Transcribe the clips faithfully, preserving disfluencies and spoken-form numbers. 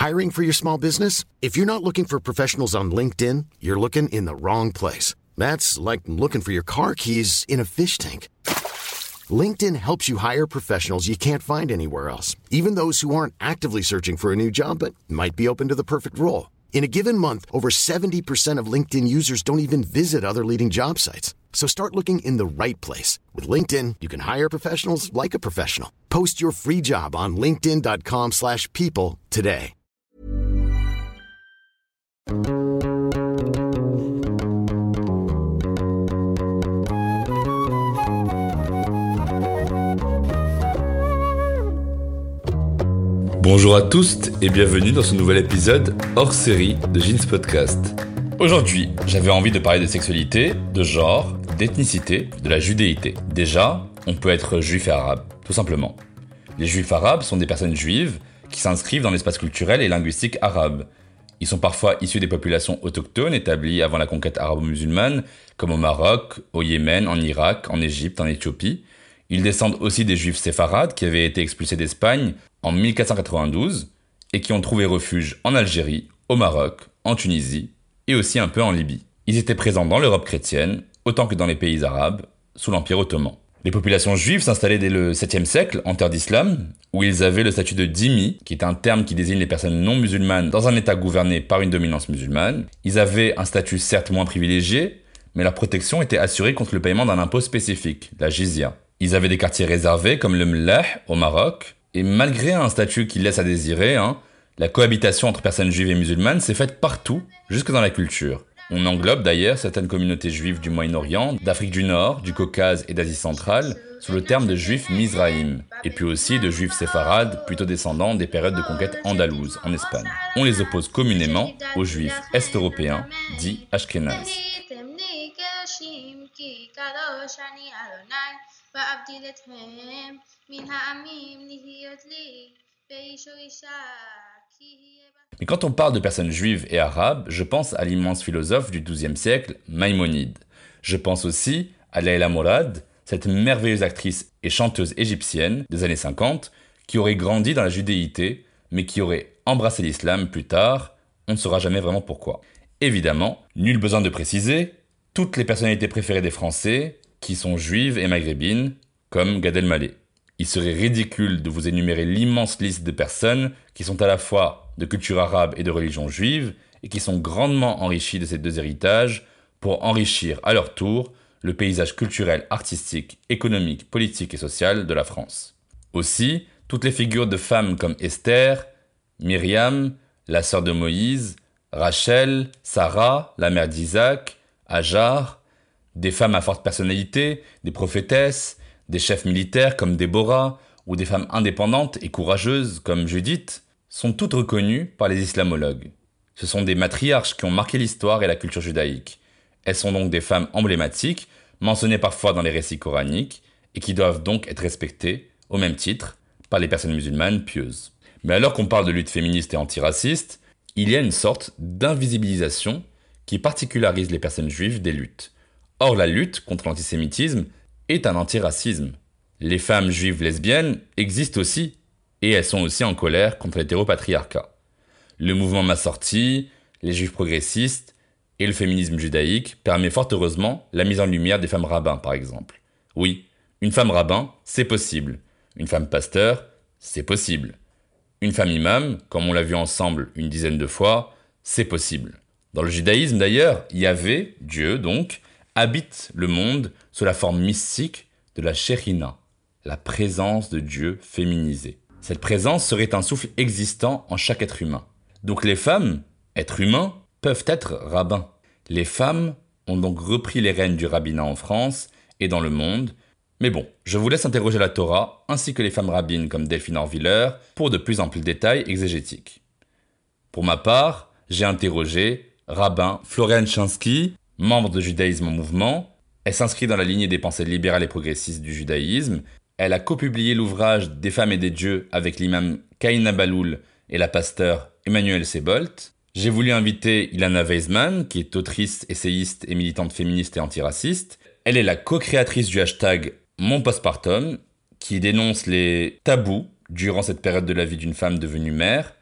Hiring for your small business? If you're not looking for professionals on LinkedIn, you're looking in the wrong place. That's like looking for your car keys in a fish tank. LinkedIn helps you hire professionals you can't find anywhere else, even those who aren't actively searching for a new job but might be open to the perfect role. In a given month, over seventy percent of LinkedIn users don't even visit other leading job sites. So start looking in the right place. With LinkedIn, you can hire professionals like a professional. Post your free job on linkedin.com slash people today. Bonjour à tous et bienvenue dans ce nouvel épisode hors série de Jeans Podcast. Aujourd'hui, j'avais envie de parler de sexualité, de genre, d'ethnicité, de la judéité. Déjà, on peut être juif et arabe, tout simplement. Les juifs arabes sont des personnes juives qui s'inscrivent dans l'espace culturel et linguistique arabe. Ils sont parfois issus des populations autochtones établies avant la conquête arabo-musulmane, comme au Maroc, au Yémen, en Irak, en Égypte, en Éthiopie. Ils descendent aussi des juifs séfarades qui avaient été expulsés d'Espagne en mille quatre cent quatre-vingt-douze et qui ont trouvé refuge en Algérie, au Maroc, en Tunisie et aussi un peu en Libye. Ils étaient présents dans l'Europe chrétienne autant que dans les pays arabes sous l'Empire ottoman. Les populations juives s'installaient dès le septième siècle en terre d'islam, où ils avaient le statut de dhimmi, qui est un terme qui désigne les personnes non musulmanes dans un état gouverné par une dominance musulmane. Ils avaient un statut certes moins privilégié, mais leur protection était assurée contre le paiement d'un impôt spécifique, la jizya. Ils avaient des quartiers réservés comme le Mlah au Maroc, et malgré un statut qui laisse à désirer, hein, la cohabitation entre personnes juives et musulmanes s'est faite partout, jusque dans la culture. On englobe d'ailleurs certaines communautés juives du Moyen-Orient, d'Afrique du Nord, du Caucase et d'Asie centrale sous le terme de juifs mizraïm, et puis aussi de juifs séfarades, plutôt descendants des périodes de conquête andalouse en Espagne. On les oppose communément aux juifs est-européens, dits ashkénazes. Mais quand on parle de personnes juives et arabes, je pense à l'immense philosophe du douzième siècle, Maïmonide. Je pense aussi à Leila Morad, cette merveilleuse actrice et chanteuse égyptienne des années cinquante, qui aurait grandi dans la judéité, mais qui aurait embrassé l'islam plus tard, on ne saura jamais vraiment pourquoi. Évidemment, nul besoin de préciser, toutes les personnalités préférées des Français, qui sont juives et maghrébines, comme Gad Elmaleh. Il serait ridicule de vous énumérer l'immense liste de personnes qui sont à la fois de culture arabe et de religion juive et qui sont grandement enrichies de ces deux héritages pour enrichir à leur tour le paysage culturel, artistique, économique, politique et social de la France. Aussi, toutes les figures de femmes comme Esther, Myriam, la sœur de Moïse, Rachel, Sarah, la mère d'Isaac, Hajar, des femmes à forte personnalité, des prophétesses, des chefs militaires comme Déborah, ou des femmes indépendantes et courageuses comme Judith, sont toutes reconnues par les islamologues. Ce sont des matriarches qui ont marqué l'histoire et la culture judaïque. Elles sont donc des femmes emblématiques, mentionnées parfois dans les récits coraniques, et qui doivent donc être respectées, au même titre, par les personnes musulmanes pieuses. Mais alors qu'on parle de lutte féministe et antiraciste, il y a une sorte d'invisibilisation qui particularise les personnes juives des luttes. Or, la lutte contre l'antisémitisme est un antiracisme. Les femmes juives lesbiennes existent aussi, et elles sont aussi en colère contre l'hétéropatriarcat. Le mouvement Massorti, les juifs progressistes et le féminisme judaïque permet fort heureusement la mise en lumière des femmes rabbins, par exemple. Oui, une femme rabbin, c'est possible. Une femme pasteur, c'est possible. Une femme imam, comme on l'a vu ensemble une dizaine de fois, c'est possible. Dans le judaïsme d'ailleurs, Yahvé, Dieu donc, habite le monde sous la forme mystique de la Shekhinah, la présence de Dieu féminisée. Cette présence serait un souffle existant en chaque être humain. Donc les femmes, êtres humains, peuvent être rabbins. Les femmes ont donc repris les rênes du rabbinat en France et dans le monde. Mais bon, je vous laisse interroger la Torah ainsi que les femmes rabbines comme Delphine Orviller pour de plus amples détails exégétiques. Pour ma part, j'ai interrogé rabbin Florian Chansky, membre de Judaïsme en mouvement. Elle s'inscrit dans la lignée des pensées libérales et progressistes du judaïsme. Elle a copublié l'ouvrage Des femmes et des dieux avec l'imam Kaina Baloul et la pasteur Emmanuel Sebolt. J'ai voulu inviter Ilana Weizmann, qui est autrice, essayiste et militante féministe et antiraciste. Elle est la co-créatrice du hashtag Mon Postpartum, qui dénonce les tabous durant cette période de la vie d'une femme devenue mère.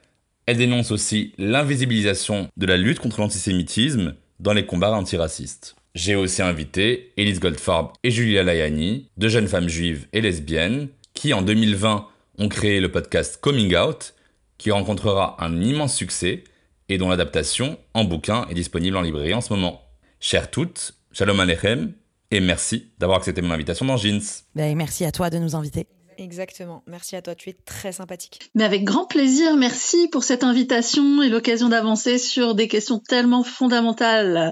Elle dénonce aussi l'invisibilisation de la lutte contre l'antisémitisme dans les combats antiracistes. J'ai aussi invité Elise Goldfarb et Julia Layani, deux jeunes femmes juives et lesbiennes, qui en deux mille vingt ont créé le podcast Coming Out, qui rencontrera un immense succès et dont l'adaptation en bouquin est disponible en librairie en ce moment. Chères toutes, Shalom Aleichem, et merci d'avoir accepté mon invitation dans Jeans. Ben, merci à toi de nous inviter. Exactement, merci à toi, tu es très sympathique. Mais avec grand plaisir, merci pour cette invitation et l'occasion d'avancer sur des questions tellement fondamentales.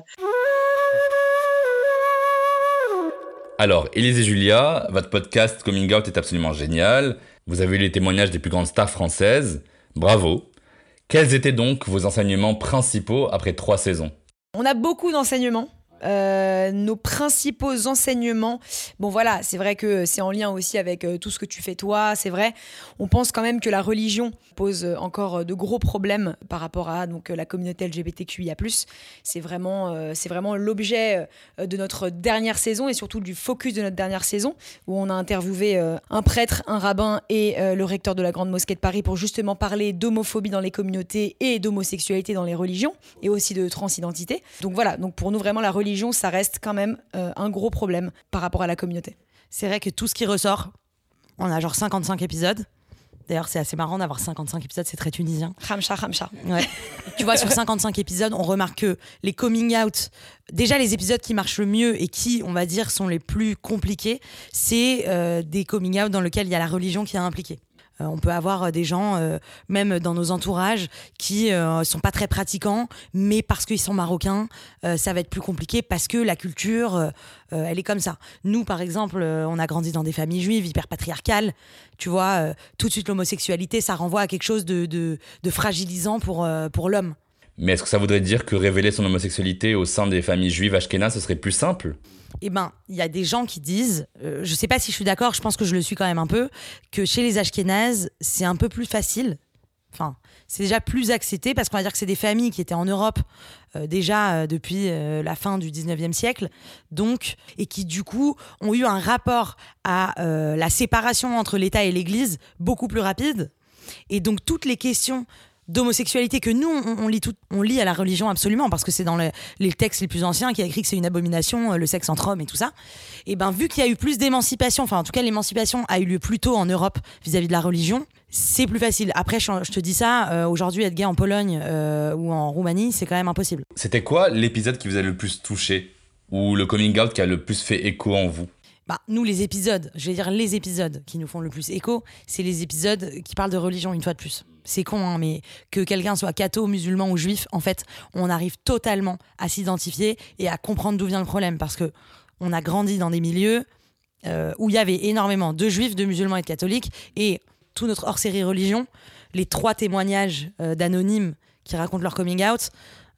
Alors, Élise et Julia, votre podcast Coming Out est absolument génial. Vous avez eu les témoignages des plus grandes stars françaises. Bravo. Quels étaient donc vos enseignements principaux après trois saisons ? On a beaucoup d'enseignements. Euh, nos principaux enseignements, bon voilà, c'est vrai que c'est en lien aussi avec euh, tout ce que tu fais toi, c'est vrai. On pense quand même que la religion pose encore de gros problèmes par rapport à donc la communauté L G B T Q I A plus. C'est vraiment, euh, c'est vraiment l'objet euh, de notre dernière saison et surtout du focus de notre dernière saison où on a interviewé euh, un prêtre, un rabbin et euh, le recteur de la Grande Mosquée de Paris pour justement parler d'homophobie dans les communautés et d'homosexualité dans les religions et aussi de transidentité. Donc voilà, donc pour nous vraiment la religion religion, ça reste quand même euh, un gros problème par rapport à la communauté. C'est vrai que tout ce qui ressort, on a genre cinquante-cinq épisodes. D'ailleurs, c'est assez marrant d'avoir cinquante-cinq épisodes, c'est très tunisien. Ramcha, Ramcha. Ouais. Tu vois, sur cinquante-cinq épisodes, on remarque que les coming out, déjà les épisodes qui marchent le mieux et qui, on va dire, sont les plus compliqués, c'est euh, des coming out dans lesquels il y a la religion qui est impliquée. Euh, on peut avoir des gens, euh, même dans nos entourages, qui euh, sont pas très pratiquants, mais parce qu'ils sont marocains, euh, ça va être plus compliqué parce que la culture, euh, euh, elle est comme ça. Nous, par exemple, euh, on a grandi dans des familles juives hyper patriarcales. Tu vois, euh, tout de suite, l'homosexualité, ça renvoie à quelque chose de, de, de fragilisant pour, euh, pour l'homme. Mais est-ce que ça voudrait dire que révéler son homosexualité au sein des familles juives ashkénazes, ce serait plus simple ? Eh ben, il y a des gens qui disent, euh, je sais pas si je suis d'accord, je pense que je le suis quand même un peu, que chez les ashkénazes, c'est un peu plus facile. Enfin, c'est déjà plus accepté parce qu'on va dire que c'est des familles qui étaient en Europe euh, déjà euh, depuis euh, la fin du dix-neuvième siècle, donc, et qui du coup ont eu un rapport à euh, la séparation entre l'État et l'Église beaucoup plus rapide. Et donc toutes les questions d'homosexualité que nous on, on lit tout, on lit à la religion absolument parce que c'est dans les, les textes les plus anciens qui a écrit que c'est une abomination le sexe entre hommes et tout ça. Et ben vu qu'il y a eu plus d'émancipation, enfin en tout cas l'émancipation a eu lieu plus tôt en Europe vis-à-vis de la religion, c'est plus facile. Après je, je te dis ça, euh, aujourd'hui être gay en Pologne euh, ou en Roumanie c'est quand même impossible. C'était quoi l'épisode qui vous a le plus touché ou le coming out qui a le plus fait écho en vous ? Bah, nous, les épisodes, je vais dire les épisodes qui nous font le plus écho, c'est les épisodes qui parlent de religion, une fois de plus. C'est con, hein, mais que quelqu'un soit catho, musulman ou juif, en fait, on arrive totalement à s'identifier et à comprendre d'où vient le problème. Parce que on a grandi dans des milieux euh, où il y avait énormément de juifs, de musulmans et de catholiques. Et tout notre hors-série religion, les trois témoignages euh, d'anonymes qui racontent leur coming out,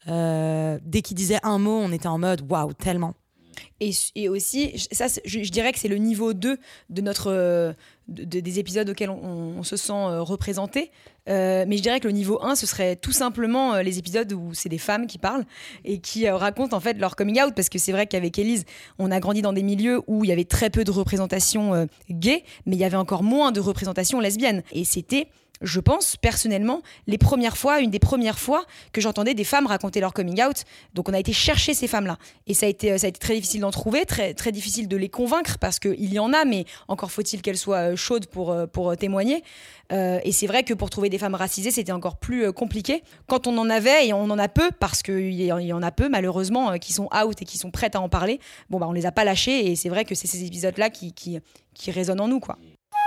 euh, dès qu'ils disaient un mot, on était en mode « waouh, tellement ». Et, et aussi, ça, je, je dirais que c'est le niveau deux de notre, euh, de, de, des épisodes auxquels on, on se sent euh, représenté. Euh, mais je dirais que le niveau un, ce serait tout simplement euh, les épisodes où c'est des femmes qui parlent et qui euh, racontent en fait leur coming out. Parce que c'est vrai qu'avec Élise, on a grandi dans des milieux où il y avait très peu de représentation euh, gay, mais il y avait encore moins de représentation lesbienne. Et c'était... je pense, personnellement, les premières fois, une des premières fois que j'entendais des femmes raconter leur coming out. Donc, on a été chercher ces femmes-là. Et ça a été, ça a été très difficile d'en trouver, très, très difficile de les convaincre parce qu'il y en a, mais encore faut-il qu'elles soient chaudes pour, pour témoigner. Euh, et c'est vrai que pour trouver des femmes racisées, c'était encore plus compliqué. Quand on en avait, et on en a peu, parce qu'il y en a peu, malheureusement, qui sont out et qui sont prêtes à en parler, bon, bah, on les a pas lâchées. Et c'est vrai que c'est ces épisodes-là qui, qui, qui résonnent en nous, quoi.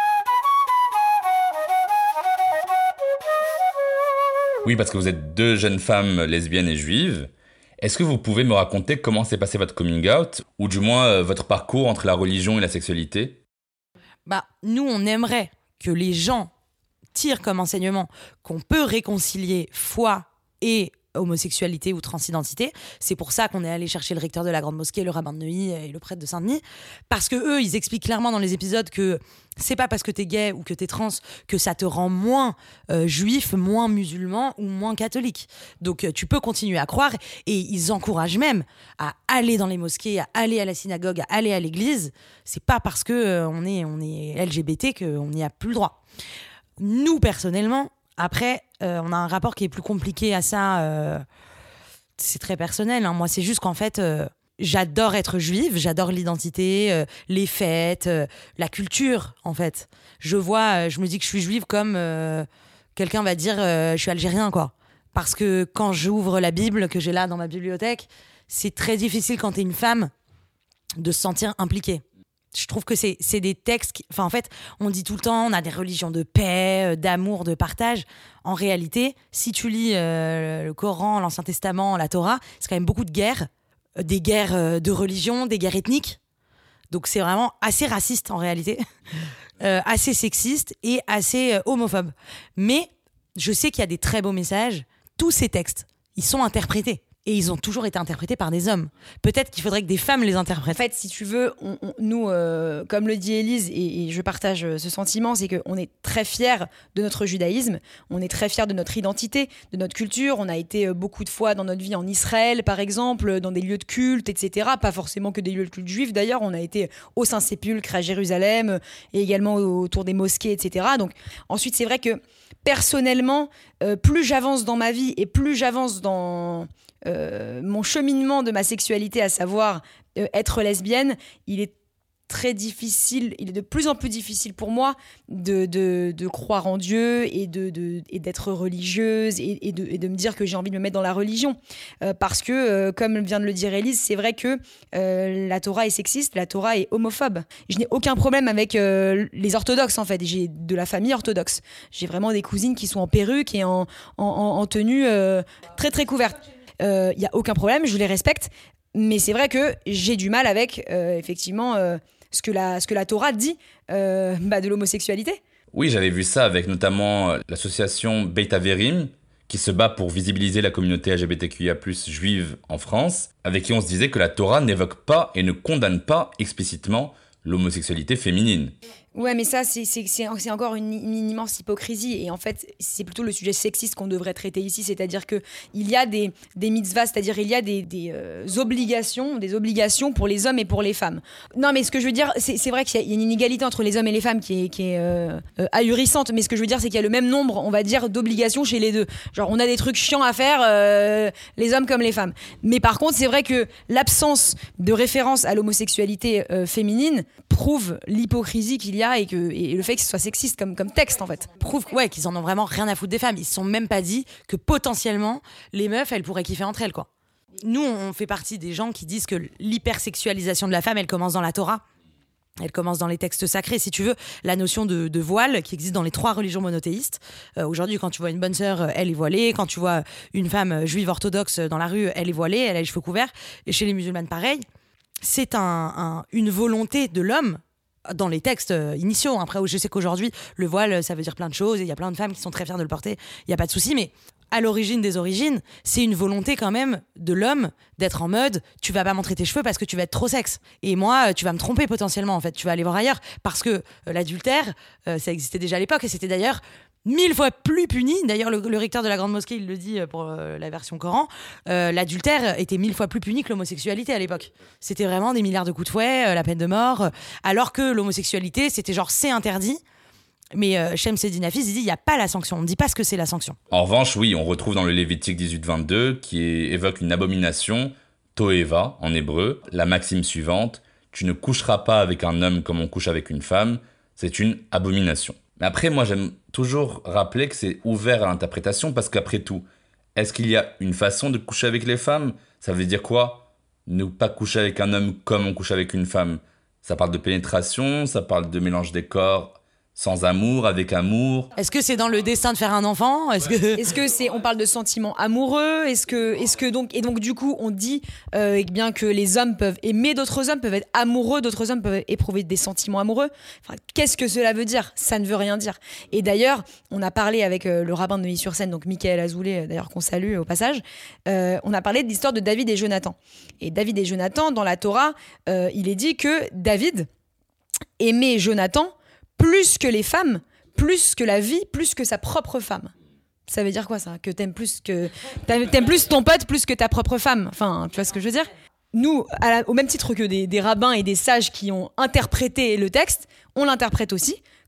Oui, parce que vous êtes deux jeunes femmes lesbiennes et juives. Est-ce que vous pouvez me raconter comment s'est passé votre coming out, ou du moins euh, votre parcours entre la religion et la sexualité ? Bah, nous, on aimerait que les gens tirent comme enseignement qu'on peut réconcilier foi et homosexualité ou transidentité. C'est pour ça qu'on est allé chercher le recteur de la Grande Mosquée, le rabbin de Neuilly et le prêtre de Saint-Denis. Parce que eux, ils expliquent clairement dans les épisodes que c'est pas parce que t'es gay ou que t'es trans que ça te rend moins euh, juif, moins musulman ou moins catholique. Donc euh, tu peux continuer à croire et ils encouragent même à aller dans les mosquées, à aller à la synagogue, à aller à l'église. C'est pas parce que euh, on est, on est L G B T qu'on n'y a plus le droit. Nous, personnellement, Après, euh, on a un rapport qui est plus compliqué à ça. Euh, c'est très personnel. Hein. Moi, c'est juste qu'en fait, euh, j'adore être juive, j'adore l'identité, euh, les fêtes, euh, la culture, en fait. Je vois, euh, je me dis que je suis juive comme euh, quelqu'un va dire euh, je suis algérien, quoi. Parce que quand j'ouvre la Bible, que j'ai là dans ma bibliothèque, c'est très difficile quand t'es une femme de se sentir impliquée. Je trouve que c'est, c'est des textes... Qui, enfin, en fait, on dit tout le temps, on a des religions de paix, d'amour, de partage. En réalité, si tu lis euh, le Coran, l'Ancien Testament, la Torah, c'est quand même beaucoup de guerres. Des guerres de religion, des guerres ethniques. Donc, c'est vraiment assez raciste, en réalité. euh, assez sexiste et assez euh, homophobe. Mais je sais qu'il y a des très beaux messages. Tous ces textes, ils sont interprétés. Et ils ont toujours été interprétés par des hommes. Peut-être qu'il faudrait que des femmes les interprètent. En fait, si tu veux, on, on, nous, euh, comme le dit Élise, et, et je partage ce sentiment, c'est qu'on est très fiers de notre judaïsme, on est très fiers de notre identité, de notre culture. On a été beaucoup de fois dans notre vie en Israël, par exemple, dans des lieux de culte, et cetera. Pas forcément que des lieux de culte juifs, d'ailleurs. On a été au Saint-Sépulcre, à Jérusalem, et également autour des mosquées, et cetera. Donc, ensuite, c'est vrai que, personnellement, euh, plus j'avance dans ma vie et plus j'avance dans... Euh, mon cheminement de ma sexualité, à savoir euh, être lesbienne, il est très difficile, il est de plus en plus difficile pour moi de, de, de croire en Dieu et, de, de, et d'être religieuse et, et, de, et de me dire que j'ai envie de me mettre dans la religion. Euh, parce que, euh, comme vient de le dire Élise, c'est vrai que euh, la Torah est sexiste, la Torah est homophobe. Je n'ai aucun problème avec euh, les orthodoxes, en fait. J'ai de la famille orthodoxe. J'ai vraiment des cousines qui sont en perruque et en, en, en, en tenue euh, très très couverte. Il euh, n'y a aucun problème, je les respecte, mais c'est vrai que j'ai du mal avec, euh, effectivement, euh, ce, que la, ce que la Torah dit euh, bah, de l'homosexualité. Oui, j'avais vu ça avec notamment l'association Beit Averim, qui se bat pour visibiliser la communauté L G B T Q I A plus, juive en France, avec qui on se disait que la Torah n'évoque pas et ne condamne pas explicitement l'homosexualité féminine. Ouais, mais ça, c'est, c'est, c'est, c'est encore une, une immense hypocrisie. Et en fait, c'est plutôt le sujet sexiste qu'on devrait traiter ici. C'est-à-dire qu'il y a des, des mitzvahs, c'est-à-dire il y a des, des euh, obligations, des obligations pour les hommes et pour les femmes. Non, mais ce que je veux dire, c'est, c'est vrai qu'il y a une inégalité entre les hommes et les femmes qui est, qui est euh, euh, ahurissante. Mais ce que je veux dire, c'est qu'il y a le même nombre, on va dire, d'obligations chez les deux. Genre, on a des trucs chiants à faire, euh, les hommes comme les femmes. Mais par contre, c'est vrai que l'absence de référence à l'homosexualité euh, féminine prouve l'hypocrisie qu'il y a et, que, et le fait que ce soit sexiste comme, comme texte, en fait. Prouve ouais, qu'ils en ont vraiment rien à foutre des femmes. Ils se sont même pas dit que potentiellement, les meufs, elles pourraient kiffer entre elles, quoi. Nous, on fait partie des gens qui disent que l'hypersexualisation de la femme, elle commence dans la Torah. Elle commence dans les textes sacrés, si tu veux. La notion de, de voile qui existe dans les trois religions monothéistes. Euh, aujourd'hui, quand tu vois une bonne sœur, elle est voilée. Quand tu vois une femme juive orthodoxe dans la rue, elle est voilée, elle a les cheveux couverts. Et chez les musulmanes, pareil. C'est un, un, une volonté de l'homme dans les textes initiaux. Après, je sais qu'aujourd'hui, le voile, ça veut dire plein de choses et il y a plein de femmes qui sont très fières de le porter. Il n'y a pas de souci, mais à l'origine des origines, c'est une volonté quand même de l'homme d'être en mode « tu vas pas montrer tes cheveux parce que tu vas être trop sexe. Et moi, tu vas me tromper potentiellement, en fait. Tu vas aller voir ailleurs. » Parce que euh, l'adultère, euh, ça existait déjà à l'époque et c'était d'ailleurs mille fois plus puni. D'ailleurs, le, le recteur de la Grande Mosquée, il le dit pour euh, la version Coran, euh, l'adultère était mille fois plus puni que l'homosexualité à l'époque. C'était vraiment des milliards de coups de fouet, euh, la peine de mort, euh, alors que l'homosexualité, c'était genre c'est interdit. Mais euh, Shem Seddin Hafiz, il dit il n'y a pas la sanction, on ne dit pas ce que c'est la sanction. En revanche, oui, on retrouve dans le Lévitique dix-huit vingt-deux qui est, évoque une abomination, Toeva en hébreu, la maxime suivante, tu ne coucheras pas avec un homme comme on couche avec une femme, c'est une abomination. Mais après, moi, j'aime toujours rappeler que c'est ouvert à l'interprétation parce qu'après tout, est-ce qu'il y a une façon de coucher avec les femmes ? Ça veut dire quoi ? Ne pas coucher avec un homme comme on couche avec une femme. Ça parle de pénétration, ça parle de mélange des corps sans amour, avec amour. Est-ce que c'est dans le destin de faire un enfant ? Est-ce que est-ce que c'est on parle de sentiments amoureux ? Est-ce que est-ce que donc et donc du coup on dit euh, bien que les hommes peuvent aimer d'autres hommes, peuvent être amoureux d'autres hommes, peuvent éprouver des sentiments amoureux. Enfin, qu'est-ce que cela veut dire ? Ça ne veut rien dire. Et d'ailleurs, on a parlé avec euh, le rabbin de Neuilly-sur-Seine, donc Michael Azoulay, d'ailleurs qu'on salue au passage. Euh, on a parlé de l'histoire de David et Jonathan. Et David et Jonathan, dans la Torah, euh, il est dit que David aimait Jonathan plus que les femmes, plus que la vie, plus que sa propre femme. Ça veut dire quoi, ça ? Que t'aimes plus que t'aimes plus ton pote plus que ta propre femme. Enfin, tu vois ce que je veux dire ? Nous, à la, au même titre que des, des rabbins et des sages qui ont interprété le texte, on l'interprète aussi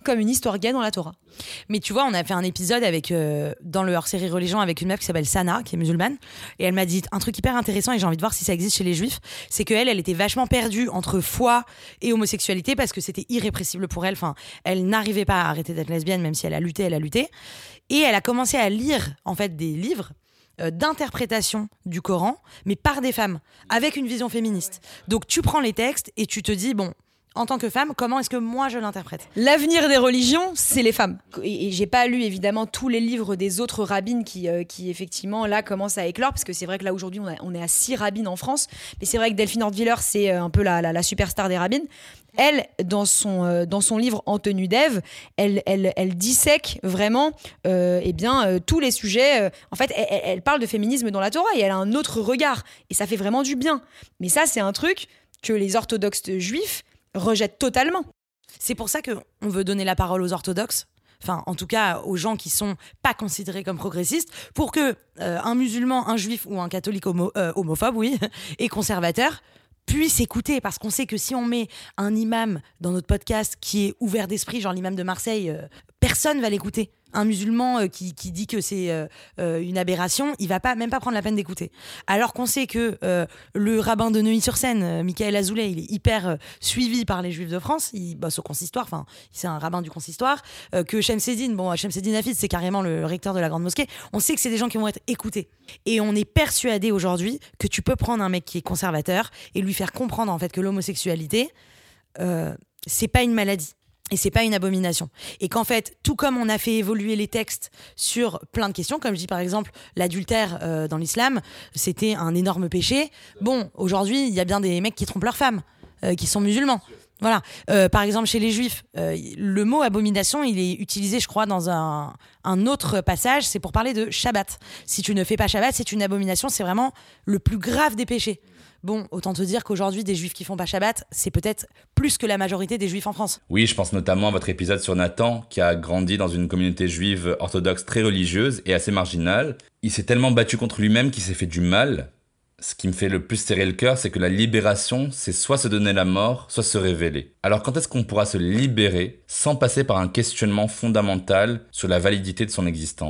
comme une histoire gay dans la Torah. Mais tu vois, on a fait un épisode avec, euh, dans le hors-série religion avec une meuf qui s'appelle Sana, qui est musulmane, et elle m'a dit un truc hyper intéressant et j'ai envie de voir si ça existe chez les juifs, c'est qu'elle, elle était vachement perdue entre foi et homosexualité parce que c'était irrépressible pour elle. Enfin, elle n'arrivait pas à arrêter d'être lesbienne, même si elle a lutté, elle a lutté. Et elle a commencé à lire en fait des livres euh, d'interprétation du Coran, mais par des femmes, avec une vision féministe. Donc tu prends les textes et tu te dis, bon, en tant que femme, comment est-ce que moi je l'interprète ? L'avenir des religions, c'est les femmes. Et, et j'ai pas lu évidemment tous les livres des autres rabbines qui, euh, qui effectivement là commencent à éclore, parce que c'est vrai que là aujourd'hui on, a, on est à six rabbines en France, mais c'est vrai que Delphine Ortwiller c'est un peu la, la, la superstar des rabbines. Elle, dans son, euh, dans son livre En tenue d'Ève, elle, elle, elle dissèque vraiment euh, eh bien, euh, tous les sujets. Euh, en fait, elle, elle parle de féminisme dans la Torah et elle a un autre regard. Et ça fait vraiment du bien. Mais ça, c'est un truc que les orthodoxes juifs rejettent totalement. C'est pour ça qu'on veut donner la parole aux orthodoxes, enfin en tout cas aux gens qui sont pas considérés comme progressistes, pour que euh, un musulman, un juif ou un catholique homo, euh, homophobe, oui, et conservateur puisse écouter, parce qu'on sait que si on met un imam dans notre podcast qui est ouvert d'esprit, genre l'imam de Marseille, euh, personne va l'écouter. Un musulman euh, qui, qui dit que c'est euh, euh, une aberration, il va pas, même pas prendre la peine d'écouter. Alors qu'on sait que euh, le rabbin de Neuilly-sur-Seine, euh, Michael Azoulay, il est hyper euh, suivi par les juifs de France, il bosse au consistoire, enfin c'est un rabbin du consistoire, euh, que Chemseddine, bon Chemseddine Hafid, c'est carrément le recteur de la grande mosquée, on sait que c'est des gens qui vont être écoutés. Et on est persuadé aujourd'hui que tu peux prendre un mec qui est conservateur et lui faire comprendre en fait que l'homosexualité, euh, c'est pas une maladie. Et c'est pas une abomination. Et qu'en fait, tout comme on a fait évoluer les textes sur plein de questions, comme je dis par exemple, l'adultère euh, dans l'islam, c'était un énorme péché. Bon, aujourd'hui, il y a bien des mecs qui trompent leurs femmes, euh, qui sont musulmans. Voilà. Euh, par exemple, chez les juifs, euh, le mot abomination, il est utilisé, je crois, dans un, un autre passage, c'est pour parler de Shabbat. Si tu ne fais pas Shabbat, c'est une abomination, c'est vraiment le plus grave des péchés. Bon, autant te dire qu'aujourd'hui, des juifs qui font pas Shabbat, c'est peut-être plus que la majorité des juifs en France. Oui, je pense notamment à votre épisode sur Nathan, qui a grandi dans une communauté juive orthodoxe très religieuse et assez marginale. Il s'est tellement battu contre lui-même qu'il s'est fait du mal. Ce qui me fait le plus serrer le cœur, c'est que la libération, c'est soit se donner la mort, soit se révéler. Alors quand est-ce qu'on pourra se libérer sans passer par un questionnement fondamental sur la validité de son existence ?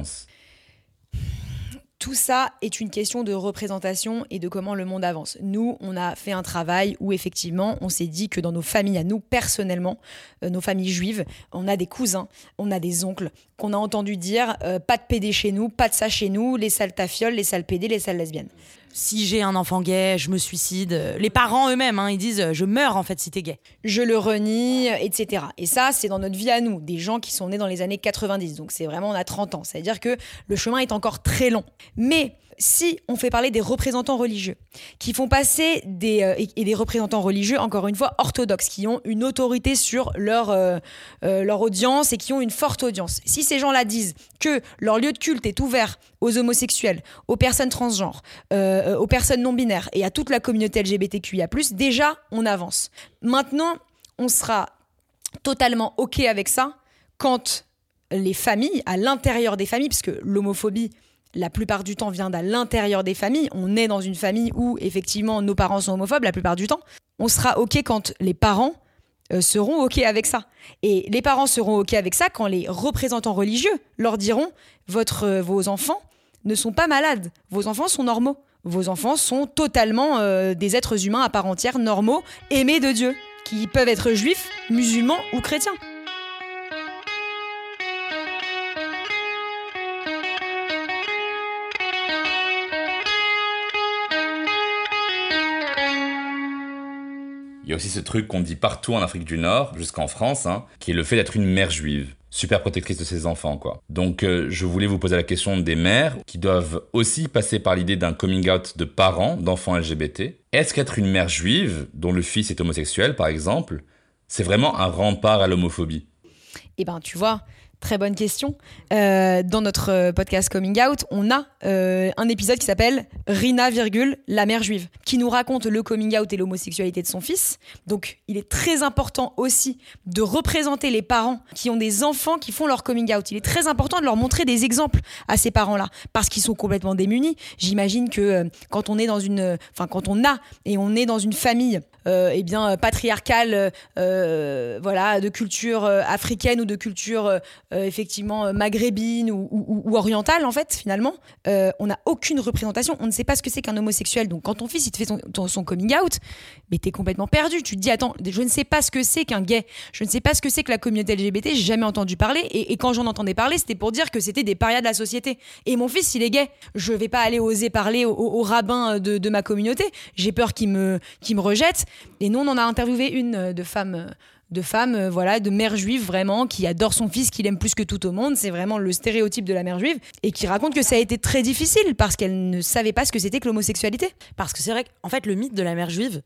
Tout ça est une question de représentation et de comment le monde avance. Nous, on a fait un travail où effectivement, on s'est dit que dans nos familles, à nous personnellement, euh, nos familles juives, on a des cousins, on a des oncles, qu'on a entendu dire euh, pas de pédé chez nous, pas de ça chez nous, les sales tafioles, les sales pédés, les sales lesbiennes. Si j'ai un enfant gay, je me suicide. Les parents eux-mêmes, hein, ils disent je meurs en fait si t'es gay. Je le renie, et cetera. Et ça, c'est dans notre vie à nous, des gens qui sont nés dans les années quatre-vingt-dix. Donc c'est vraiment, on a trente ans. C'est-à-dire que le chemin est encore très long. Mais si on fait parler des représentants religieux, qui font passer des, euh, et, et des représentants religieux, encore une fois, orthodoxes, qui ont une autorité sur leur, euh, euh, leur audience et qui ont une forte audience. Si ces gens-là disent que leur lieu de culte est ouvert aux homosexuels, aux personnes transgenres, euh, aux personnes non-binaires et à toute la communauté L G B T Q I A plus, déjà, on avance. Maintenant, on sera totalement OK avec ça quand les familles, à l'intérieur des familles, puisque l'homophobie, la plupart du temps, vient d'à l'intérieur des familles. On est dans une famille où, effectivement, nos parents sont homophobes la plupart du temps. On sera OK quand les parents euh, seront OK avec ça. Et les parents seront OK avec ça quand les représentants religieux leur diront votre, euh, vos enfants ne sont pas malades. Vos enfants sont normaux. Vos enfants sont totalement euh, des êtres humains à part entière, normaux, aimés de Dieu, qui peuvent être juifs, musulmans ou chrétiens. Il y a aussi ce truc qu'on dit partout en Afrique du Nord, jusqu'en France, hein, qui est le fait d'être une mère juive. Super protectrice de ses enfants, quoi. Donc, euh, je voulais vous poser la question des mères qui doivent aussi passer par l'idée d'un coming out de parents d'enfants L G B T. Est-ce qu'être une mère juive, dont le fils est homosexuel, par exemple, c'est vraiment un rempart à l'homophobie ? Eh ben, tu vois, Très bonne question. Euh, dans notre podcast Coming Out, on a euh, un épisode qui s'appelle Rina, virgule, la mère juive, qui nous raconte le coming out et l'homosexualité de son fils. Donc, il est très important aussi de représenter les parents qui ont des enfants qui font leur coming out. Il est très important de leur montrer des exemples à ces parents-là, parce qu'ils sont complètement démunis. J'imagine que euh, quand on est dans une, enfin quand on a et on est dans une famille, euh, eh bien patriarcale, euh, voilà, de culture euh, africaine ou de culture euh, Euh, effectivement euh, maghrébine ou, ou, ou orientale en fait finalement, euh, on n'a aucune représentation, on ne sait pas ce que c'est qu'un homosexuel. Donc quand ton fils il te fait son, ton, son coming out, mais t'es complètement perdu, tu te dis attends, je ne sais pas ce que c'est qu'un gay, je ne sais pas ce que c'est que la communauté L G B T, j'ai jamais entendu parler, et, et quand j'en entendais parler c'était pour dire que c'était des parias de la société, et mon fils il est gay, je vais pas aller oser parler au, au, au rabbin de, de ma communauté, j'ai peur qu'il me, qu'il me rejette. Et nous on en a interviewé une de femme de femmes, euh, voilà, de mère juive vraiment, qui adore son fils, qu'il aime plus que tout au monde. C'est vraiment le stéréotype de la mère juive, et qui raconte que ça a été très difficile parce qu'elle ne savait pas ce que c'était que l'homosexualité. Parce que c'est vrai qu'en fait, le mythe de la mère juive,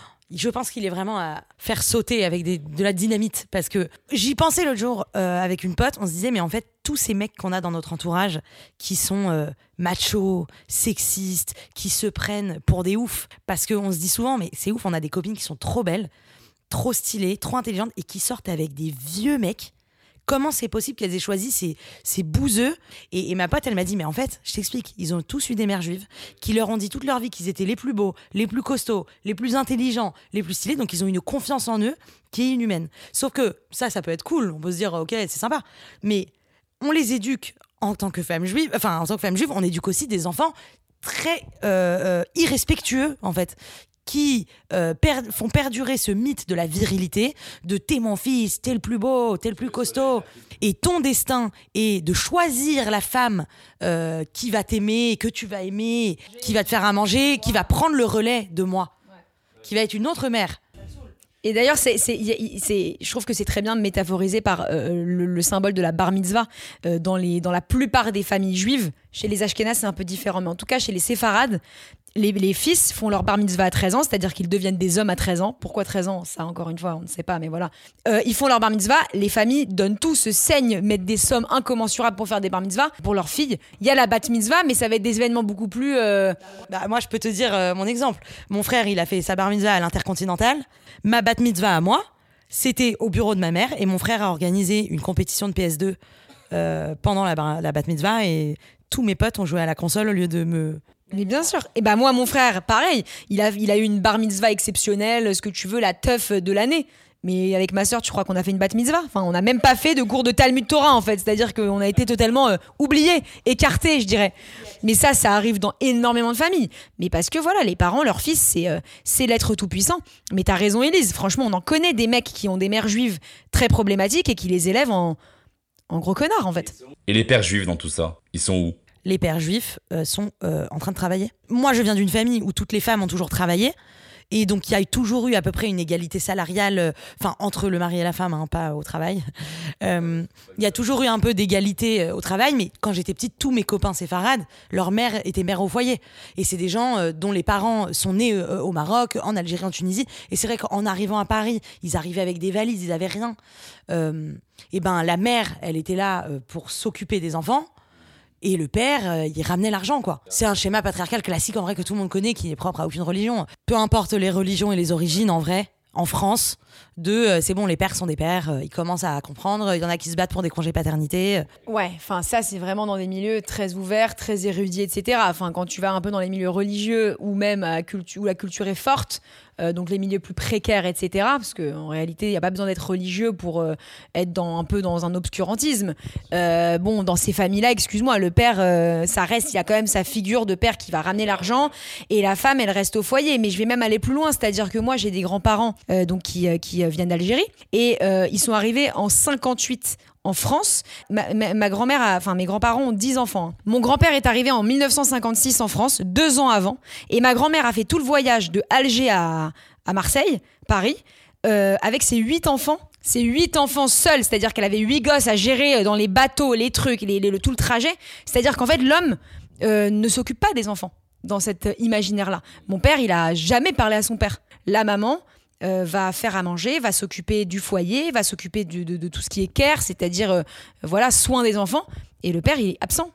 je pense qu'il est vraiment à faire sauter avec des, de la dynamite. Parce que j'y pensais l'autre jour euh, avec une pote, on se disait, mais en fait, tous ces mecs qu'on a dans notre entourage qui sont euh, machos, sexistes, qui se prennent pour des oufs. Parce qu'on se dit souvent, mais c'est ouf, on a des copines qui sont trop belles, trop stylées, trop intelligentes et qui sortent avec des vieux mecs. Comment c'est possible qu'elles aient choisi ces, ces bouseux? et, et ma pote, elle m'a dit, mais en fait, je t'explique, ils ont tous eu des mères juives qui leur ont dit toute leur vie qu'ils étaient les plus beaux, les plus costauds, les plus intelligents, les plus stylés, donc ils ont une confiance en eux qui est inhumaine. Sauf que ça, ça peut être cool, on peut se dire, ok, c'est sympa, mais on les éduque en tant que femmes juives, enfin, en tant que femmes juives, on éduque aussi des enfants très euh, euh, irrespectueux, en fait, qui euh, per- font perdurer ce mythe de la virilité, de t'es mon fils, t'es le plus beau, t'es le plus costaud. Et ton destin est de choisir la femme euh, qui va t'aimer, que tu vas aimer, qui va te faire à manger, qui va prendre le relais de moi, qui va être une autre mère. Et d'ailleurs, c'est, c'est, c'est, je trouve que c'est très bien métaphorisé par euh, le, le symbole de la bar mitzvah euh, dans, les, dans la plupart des familles juives. Chez les Ashkénazes, c'est un peu différent, mais en tout cas, chez les séfarades, Les, les fils font leur bar mitzvah à treize ans, c'est-à-dire qu'ils deviennent des hommes à treize ans. Pourquoi treize ans? Ça, encore une fois, on ne sait pas, mais voilà. Euh, ils font leur bar mitzvah, les familles donnent tout, se saignent, mettent des sommes incommensurables pour faire des bar mitzvahs. Pour leurs filles, il y a la bat mitzvah, mais ça va être des événements beaucoup plus... Euh... Bah, moi, je peux te dire euh, mon exemple. Mon frère, il a fait sa bar mitzvah à l'Intercontinental. Ma bat mitzvah à moi, c'était au bureau de ma mère, et mon frère a organisé une compétition de P S deux euh, pendant la, bar- la bat mitzvah, et tous mes potes ont joué à la console au lieu de me... Mais bien sûr. Et ben moi, mon frère, pareil. Il a, il a eu une bar mitzvah exceptionnelle, ce que tu veux, la teuf de l'année. Mais avec ma sœur, tu crois qu'on a fait une bat mitzvah? Enfin, on n'a même pas fait de cours de Talmud Torah, en fait. C'est-à-dire qu'on a été totalement euh, oubliés, écartés, je dirais. Mais ça, ça arrive dans énormément de familles. Mais parce que voilà, les parents, leur fils, c'est, euh, c'est l'être tout-puissant. Mais t'as raison, Élise. Franchement, on en connaît des mecs qui ont des mères juives très problématiques et qui les élèvent en, en gros connards, en fait. Et les pères juifs dans tout ça, ils sont où? Les pères juifs euh, sont euh, en train de travailler. Moi, je viens d'une famille où toutes les femmes ont toujours travaillé. Et donc, il y a toujours eu à peu près une égalité salariale, enfin, euh, entre le mari et la femme, hein, pas au travail. Il euh, y a toujours eu un peu d'égalité euh, au travail, mais quand j'étais petite, tous mes copains séfarades, leur mère était mère au foyer. Et c'est des gens euh, dont les parents sont nés euh, au Maroc, en Algérie, en Tunisie. Et c'est vrai qu'en arrivant à Paris, ils arrivaient avec des valises, ils n'avaient rien. Euh, et ben, la mère, elle était là euh, pour s'occuper des enfants. Et le père, euh, il ramenait l'argent, quoi. C'est un schéma patriarcal classique, en vrai, que tout le monde connaît, qui est propre à aucune religion. Peu importe les religions et les origines, en vrai, en France, de euh, c'est bon, les pères sont des pères, euh, ils commencent à comprendre, il y en a qui se battent pour des congés paternité. Ouais, enfin ça c'est vraiment dans des milieux très ouverts, très érudits, et cetera. Enfin quand tu vas un peu dans les milieux religieux ou même à cultu- où la culture est forte, euh, donc les milieux plus précaires, et cetera. Parce qu'en réalité, il n'y a pas besoin d'être religieux pour euh, être dans, un peu dans un obscurantisme. Euh, bon, dans ces familles-là, excuse-moi, le père, euh, ça reste, il y a quand même sa figure de père qui va ramener l'argent et la femme, elle reste au foyer. Mais je vais même aller plus loin, c'est-à-dire que moi, j'ai des grands-parents euh, donc qui, euh, qui euh, viennent d'Algérie et euh, ils sont arrivés en cinquante-huit en France. Ma, ma, ma grand-mère, a, enfin mes grands-parents ont dix enfants. Mon grand-père est arrivé en mille neuf cent cinquante-six en France, deux ans avant, et ma grand-mère a fait tout le voyage de Alger à, à Marseille, Paris, euh, avec ses huit enfants. Ses huit enfants seuls, c'est-à-dire qu'elle avait huit gosses à gérer dans les bateaux, les trucs, les, les, le, tout le trajet. C'est-à-dire qu'en fait, l'homme euh, ne s'occupe pas des enfants dans cet imaginaire-là. Mon père, il a jamais parlé à son père. La maman, euh, va faire à manger, va s'occuper du foyer, va s'occuper de, de, de tout ce qui est care, c'est-à-dire euh, voilà, soin des enfants. Et le père, il est absent.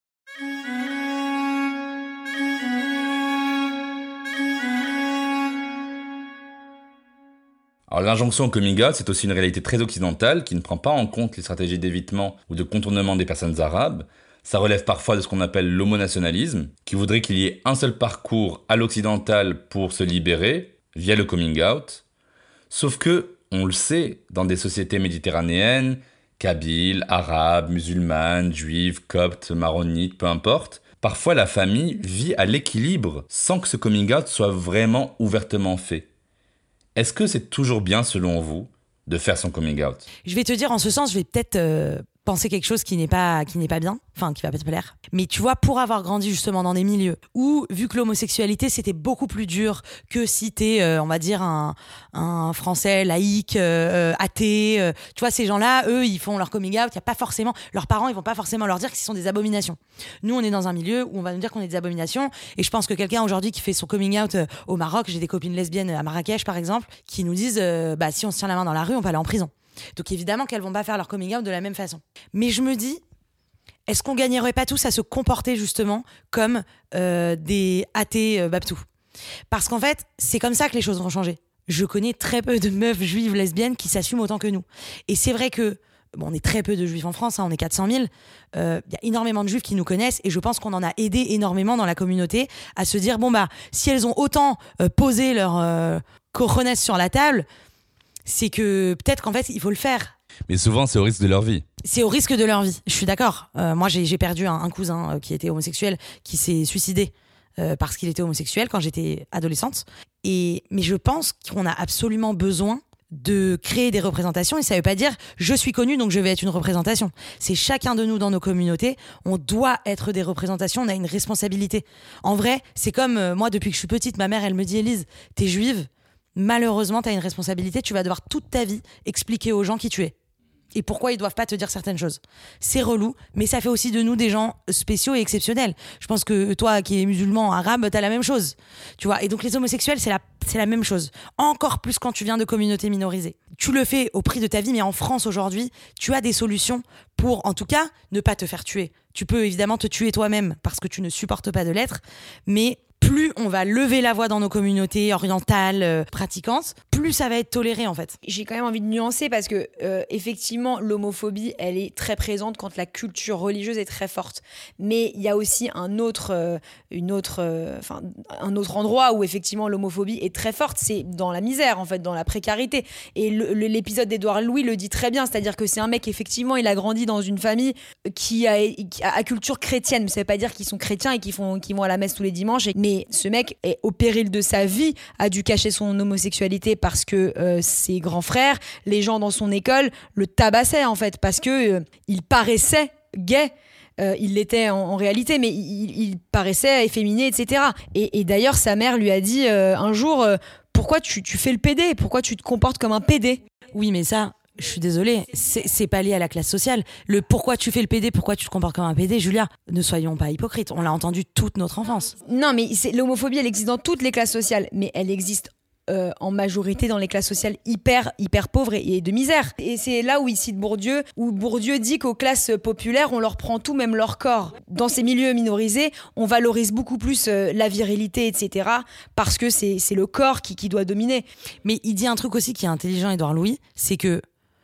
Alors l'injonction au coming out, c'est aussi une réalité très occidentale qui ne prend pas en compte les stratégies d'évitement ou de contournement des personnes arabes. Ça relève parfois de ce qu'on appelle l'homonationalisme, qui voudrait qu'il y ait un seul parcours à l'occidental pour se libérer, via le coming out. Sauf que, on le sait, dans des sociétés méditerranéennes, kabyles, arabes, musulmanes, juives, coptes, maronites, peu importe, parfois la famille vit à l'équilibre sans que ce coming out soit vraiment ouvertement fait. Est-ce que c'est toujours bien, selon vous, de faire son coming out ? Je vais te dire, en ce sens, je vais peut-être euh, penser quelque chose qui n'est pas, qui n'est pas bien, enfin, qui va pas te plaire. Mais tu vois, pour avoir grandi justement dans des milieux où, vu que l'homosexualité, c'était beaucoup plus dur que si t'es, euh, on va dire, un, un Français laïque, euh, athée. Euh, tu vois, ces gens-là, eux, ils font leur coming out. Y a pas forcément, leurs parents, ils vont pas forcément leur dire qu'ils sont des abominations. Nous, on est dans un milieu où on va nous dire qu'on est des abominations. Et je pense que quelqu'un aujourd'hui qui fait son coming out euh, au Maroc, j'ai des copines lesbiennes à Marrakech, par exemple, qui nous disent, euh, bah, si on se tient la main dans la rue, on peut aller en prison. Donc évidemment qu'elles vont pas faire leur coming out de la même façon. Mais je me dis, est-ce qu'on gagnerait pas tous à se comporter justement comme euh, des athées euh, babtou ? Parce qu'en fait, c'est comme ça que les choses vont changer. Je connais très peu de meufs juives lesbiennes qui s'assument autant que nous. Et c'est vrai que, bon, on est très peu de juifs en France, hein, on est quatre cent mille. Il euh, y a énormément de juifs qui nous connaissent et je pense qu'on en a aidé énormément dans la communauté à se dire, bon bah, si elles ont autant euh, posé leur euh, cojones sur la table, c'est que peut-être qu'en fait, il faut le faire. Mais souvent, c'est au risque de leur vie. C'est au risque de leur vie, je suis d'accord. Euh, moi, j'ai, j'ai perdu un, un cousin euh, qui était homosexuel, qui s'est suicidé euh, parce qu'il était homosexuel quand j'étais adolescente. Et, mais je pense qu'on a absolument besoin de créer des représentations et ça veut pas dire je suis connue donc je vais être une représentation. C'est chacun de nous dans nos communautés, on doit être des représentations, on a une responsabilité. En vrai, c'est comme euh, moi depuis que je suis petite, ma mère elle me dit Élise, t'es juive, malheureusement t'as une responsabilité, tu vas devoir toute ta vie expliquer aux gens qui tu es. Et pourquoi ils doivent pas te dire certaines choses. C'est relou, mais ça fait aussi de nous des gens spéciaux et exceptionnels. Je pense que toi, qui es musulman, arabe, t'as la même chose. Tu vois. Et donc les homosexuels, c'est la, c'est la même chose. Encore plus quand tu viens de communautés minorisées. Tu le fais au prix de ta vie, mais en France aujourd'hui, tu as des solutions pour, en tout cas, ne pas te faire tuer. Tu peux évidemment te tuer toi-même parce que tu ne supportes pas de l'être, mais plus on va lever la voix dans nos communautés orientales, euh, pratiquantes, plus ça va être toléré en fait. J'ai quand même envie de nuancer parce que euh, effectivement l'homophobie elle est très présente quand la culture religieuse est très forte. Mais il y a aussi un autre, euh, une autre, euh, enfin un autre endroit où effectivement l'homophobie est très forte, c'est dans la misère en fait, dans la précarité. Et le, le, l'épisode d'Édouard Louis le dit très bien, c'est-à-dire que c'est un mec effectivement il a grandi dans une famille qui a, qui a, a culture chrétienne. Mais ça veut pas dire qu'ils sont chrétiens et qu'ils font, qu'ils vont à la messe tous les dimanches. Et, mais ce mec est au péril de sa vie, a dû cacher son homosexualité parce que euh, ses grands frères, les gens dans son école, le tabassaient en fait parce que euh, il paraissait gay. Euh, il l'était en, en réalité, mais il, il paraissait efféminé, et cetera. Et, et d'ailleurs, sa mère lui a dit euh, un jour euh, pourquoi tu, tu fais le pédé ? Pourquoi tu te comportes comme un pédé ? Oui, mais ça, je suis désolée, c'est, c'est pas lié à la classe sociale. Le pourquoi tu fais le pédé, pourquoi tu te comportes comme un pédé, Julia, ne soyons pas hypocrites. On l'a entendu toute notre enfance. Non, mais c'est, l'homophobie, elle existe dans toutes les classes sociales, mais elle existe Euh, en majorité dans les classes sociales hyper, hyper pauvres et, et de misère. Et c'est là où il cite Bourdieu, où Bourdieu dit qu'aux classes populaires, on leur prend tout, même leur corps. Dans ces milieux minorisés, on valorise beaucoup plus euh, la virilité, et cetera, parce que c'est, c'est le corps qui, qui doit dominer. Mais il dit un truc aussi qui est intelligent, Édouard Louis, c'est que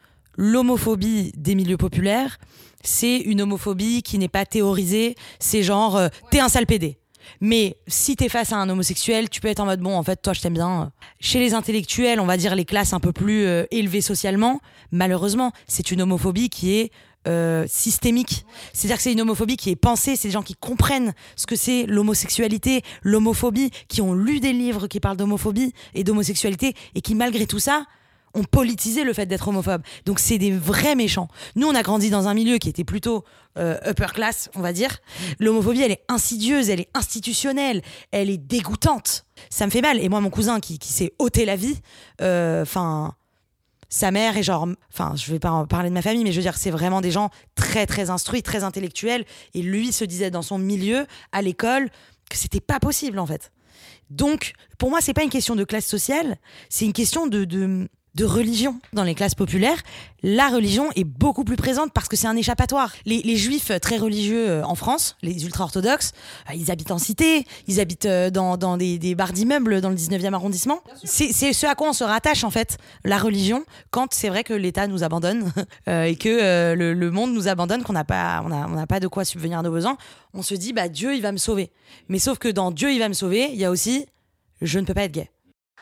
l'homophobie des milieux populaires, c'est une homophobie qui n'est pas théorisée, c'est genre euh, t'es un sale pédé. Mais si t'es face à un homosexuel, tu peux être en mode bon, en fait, toi, je t'aime bien. Chez les intellectuels, on va dire les classes un peu plus euh, élevées socialement, malheureusement, c'est une homophobie qui est euh, systémique. C'est-à-dire que c'est une homophobie qui est pensée, c'est des gens qui comprennent ce que c'est l'homosexualité, l'homophobie, qui ont lu des livres qui parlent d'homophobie et d'homosexualité et qui, malgré tout ça, ont politisé le fait d'être homophobe. Donc c'est des vrais méchants. Nous, on a grandi dans un milieu qui était plutôt euh, upper class, on va dire. L'homophobie, elle est insidieuse, elle est institutionnelle, elle est dégoûtante. Ça me fait mal. Et moi, mon cousin qui, qui s'est ôté la vie, enfin, euh, sa mère est genre... Enfin, je vais pas en parler de ma famille, mais je veux dire, c'est vraiment des gens très, très instruits, très intellectuels. Et lui se disait dans son milieu, à l'école, que c'était pas possible, en fait. Donc, pour moi, c'est pas une question de classe sociale, c'est une question de, de, de religion. Dans les classes populaires, la religion est beaucoup plus présente parce que c'est un échappatoire. Les, les juifs très religieux en France, les ultra-orthodoxes, ils habitent en cité, ils habitent dans, dans des, des bars d'immeubles dans le dix-neuvième arrondissement. C'est, c'est ce à quoi on se rattache, en fait, la religion, quand c'est vrai que l'État nous abandonne euh, et que euh, le, le monde nous abandonne, qu'on n'a pas, on a, on n'a pas de quoi subvenir à nos besoins. On se dit, bah, Dieu, il va me sauver. Mais sauf que dans Dieu, il va me sauver, il y a aussi, je ne peux pas être gay.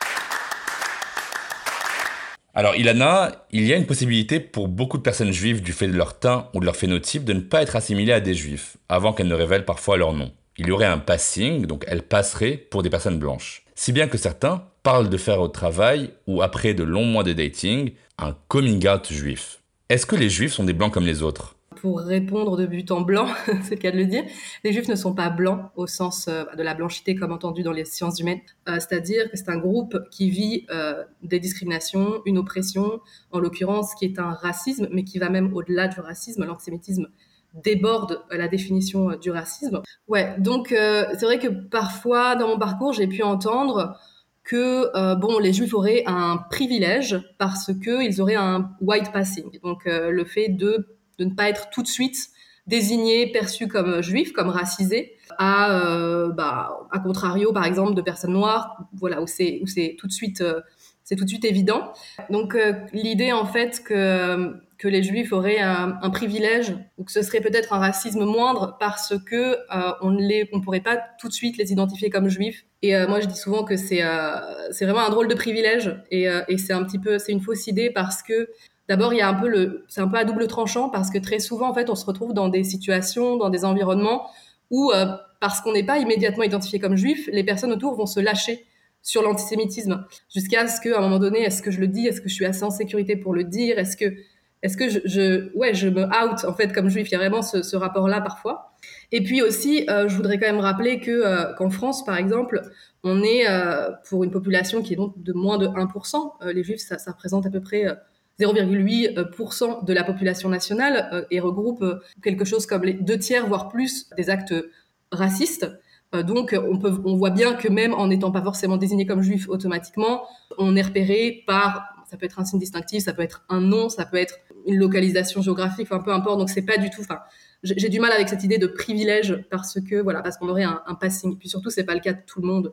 Alors Ilana, il y a une possibilité pour beaucoup de personnes juives du fait de leur teint ou de leur phénotype de ne pas être assimilées à des juifs, avant qu'elles ne révèlent parfois leur nom. Il y aurait un passing, donc elles passeraient pour des personnes blanches. Si bien que certains parlent de faire au travail, ou après de longs mois de dating, un coming out juif. Est-ce que les juifs sont des blancs comme les autres ? Pour répondre de but en blanc, c'est le cas de le dire, les juifs ne sont pas blancs au sens euh, de la blanchité comme entendu dans les sciences humaines. Euh, c'est-à-dire que c'est un groupe qui vit euh, des discriminations, une oppression, en l'occurrence qui est un racisme, mais qui va même au-delà du racisme. L'antisémitisme déborde la définition du racisme. Ouais, donc euh, c'est vrai que parfois dans mon parcours, j'ai pu entendre que euh, bon, les juifs auraient un privilège parce qu'ils auraient un white passing, donc euh, le fait de de ne pas être tout de suite désignés, perçus comme juifs, comme racisés, à, euh, bah, à contrario, par exemple, de personnes noires, voilà, où c'est, où c'est tout de suite, euh, c'est tout de suite évident. Donc, euh, l'idée, en fait, que, que les juifs auraient un, un privilège, ou que ce serait peut-être un racisme moindre, parce que euh, on ne les, on pourrait pas tout de suite les identifier comme juifs. Et euh, moi, je dis souvent que c'est, euh, c'est vraiment un drôle de privilège, et, euh, et c'est un petit peu, c'est une fausse idée parce que d'abord, il y a un peu le, c'est un peu à double tranchant parce que très souvent, en fait, on se retrouve dans des situations, dans des environnements où, euh, parce qu'on n'est pas immédiatement identifié comme juif, les personnes autour vont se lâcher sur l'antisémitisme jusqu'à ce qu'à un moment donné, est-ce que je le dis, est-ce que je suis assez en sécurité pour le dire, est-ce que, est-ce que je, je, ouais, je me out en fait comme juif. Il y a vraiment ce, ce rapport-là parfois. Et puis aussi, euh, je voudrais quand même rappeler que euh, qu'en France, par exemple, on est euh, pour une population qui est donc de moins de un pour cent. Euh, les juifs, ça, ça représente à peu près euh, zéro virgule huit pour cent de la population nationale euh, et regroupe euh, quelque chose comme les deux tiers, voire plus, des actes racistes. Euh, donc, on, peut, on voit bien que même en n'étant pas forcément désigné comme juif automatiquement, on est repéré par, ça peut être un signe distinctif, ça peut être un nom, ça peut être une localisation géographique, enfin peu importe. Donc, c'est pas du tout... Enfin, j'ai, j'ai du mal avec cette idée de privilège parce que, voilà, parce qu'on aurait un, un passing. Puis surtout, c'est pas le cas de tout le monde.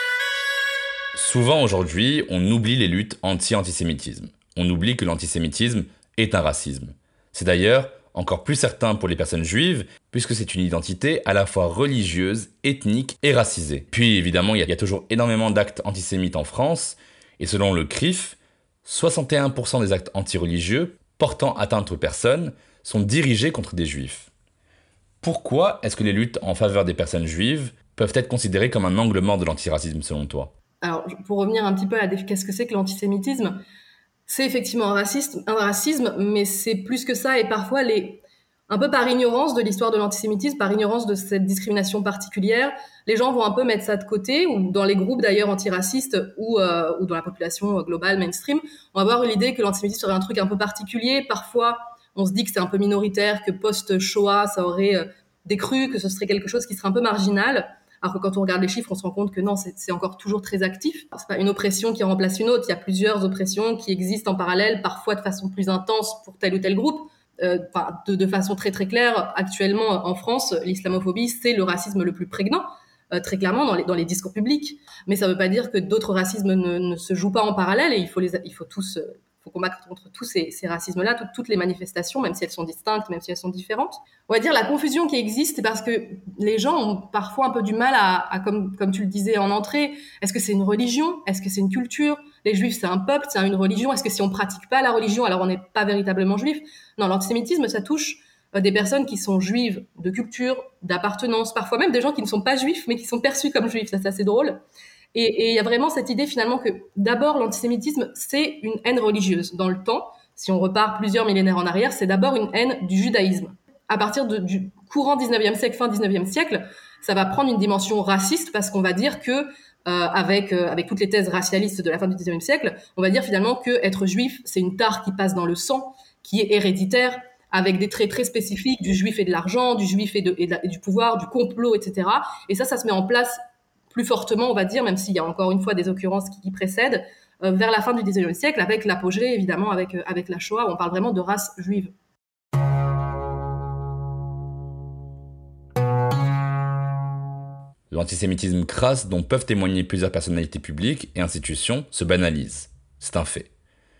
Souvent aujourd'hui, on oublie les luttes anti-antisémitisme. On oublie que l'antisémitisme est un racisme. C'est d'ailleurs encore plus certain pour les personnes juives, puisque c'est une identité à la fois religieuse, ethnique et racisée. Puis évidemment, il y a toujours énormément d'actes antisémites en France, et selon le C R I F, soixante et un pour cent des actes antireligieux portant atteinte aux personnes sont dirigés contre des juifs. Pourquoi est-ce que les luttes en faveur des personnes juives peuvent être considérées comme un angle mort de l'antiracisme selon toi ? Alors, pour revenir un petit peu à la définition, qu'est-ce que c'est que l'antisémitisme ? C'est effectivement un racisme, un racisme, mais c'est plus que ça, et parfois, les, un peu par ignorance de l'histoire de l'antisémitisme, par ignorance de cette discrimination particulière, les gens vont un peu mettre ça de côté, ou dans les groupes d'ailleurs antiracistes, ou, euh, ou dans la population globale, mainstream, on va avoir l'idée que l'antisémitisme serait un truc un peu particulier. Parfois, on se dit que c'est un peu minoritaire, que post-Shoah, ça aurait euh, décru, que ce serait quelque chose qui serait un peu marginal. Alors que quand on regarde les chiffres, on se rend compte que non, c'est, c'est encore toujours très actif. C'est pas une oppression qui remplace une autre. Il y a plusieurs oppressions qui existent en parallèle, parfois de façon plus intense pour tel ou tel groupe. Euh, de, de façon très très claire, actuellement en France, l'islamophobie, c'est le racisme le plus prégnant, euh, très clairement dans les, dans les discours publics. Mais ça ne veut pas dire que d'autres racismes ne, ne se jouent pas en parallèle, et il faut, les, il faut tous... Euh, faut combattre contre tous ces, ces racismes-là, toutes, toutes les manifestations, même si elles sont distinctes, même si elles sont différentes. On va dire la confusion qui existe, c'est parce que les gens ont parfois un peu du mal à, à comme, comme tu le disais en entrée, est-ce que c'est une religion ? Est-ce que c'est une culture ? Les juifs, c'est un peuple, c'est une religion. Est-ce que si on pratique pas la religion, alors on n'est pas véritablement juif ? Non, l'antisémitisme, ça touche euh, des personnes qui sont juives de culture, d'appartenance, parfois même des gens qui ne sont pas juifs, mais qui sont perçus comme juifs. Ça, c'est assez drôle. Et il y a vraiment cette idée finalement que d'abord l'antisémitisme c'est une haine religieuse. Dans le temps, si on repart plusieurs millénaires en arrière, c'est d'abord une haine du judaïsme. À partir de, du courant dix-neuvième siècle, fin dix-neuvième siècle, ça va prendre une dimension raciste parce qu'on va dire que, euh, avec, euh, avec toutes les thèses racialistes de la fin du dix-neuvième siècle, on va dire finalement que être juif c'est une tare qui passe dans le sang, qui est héréditaire, avec des traits très spécifiques du juif et de l'argent, du juif et, de, et, de, et du pouvoir, du complot, et cetera. Et ça, ça se met en place plus fortement, on va dire, même s'il y a encore une fois des occurrences qui, qui précèdent, euh, vers la fin du dix-neuvième siècle, avec l'apogée, évidemment, avec, euh, avec la Shoah, où on parle vraiment de race juive. L'antisémitisme crasse dont peuvent témoigner plusieurs personnalités publiques et institutions se banalise. C'est un fait.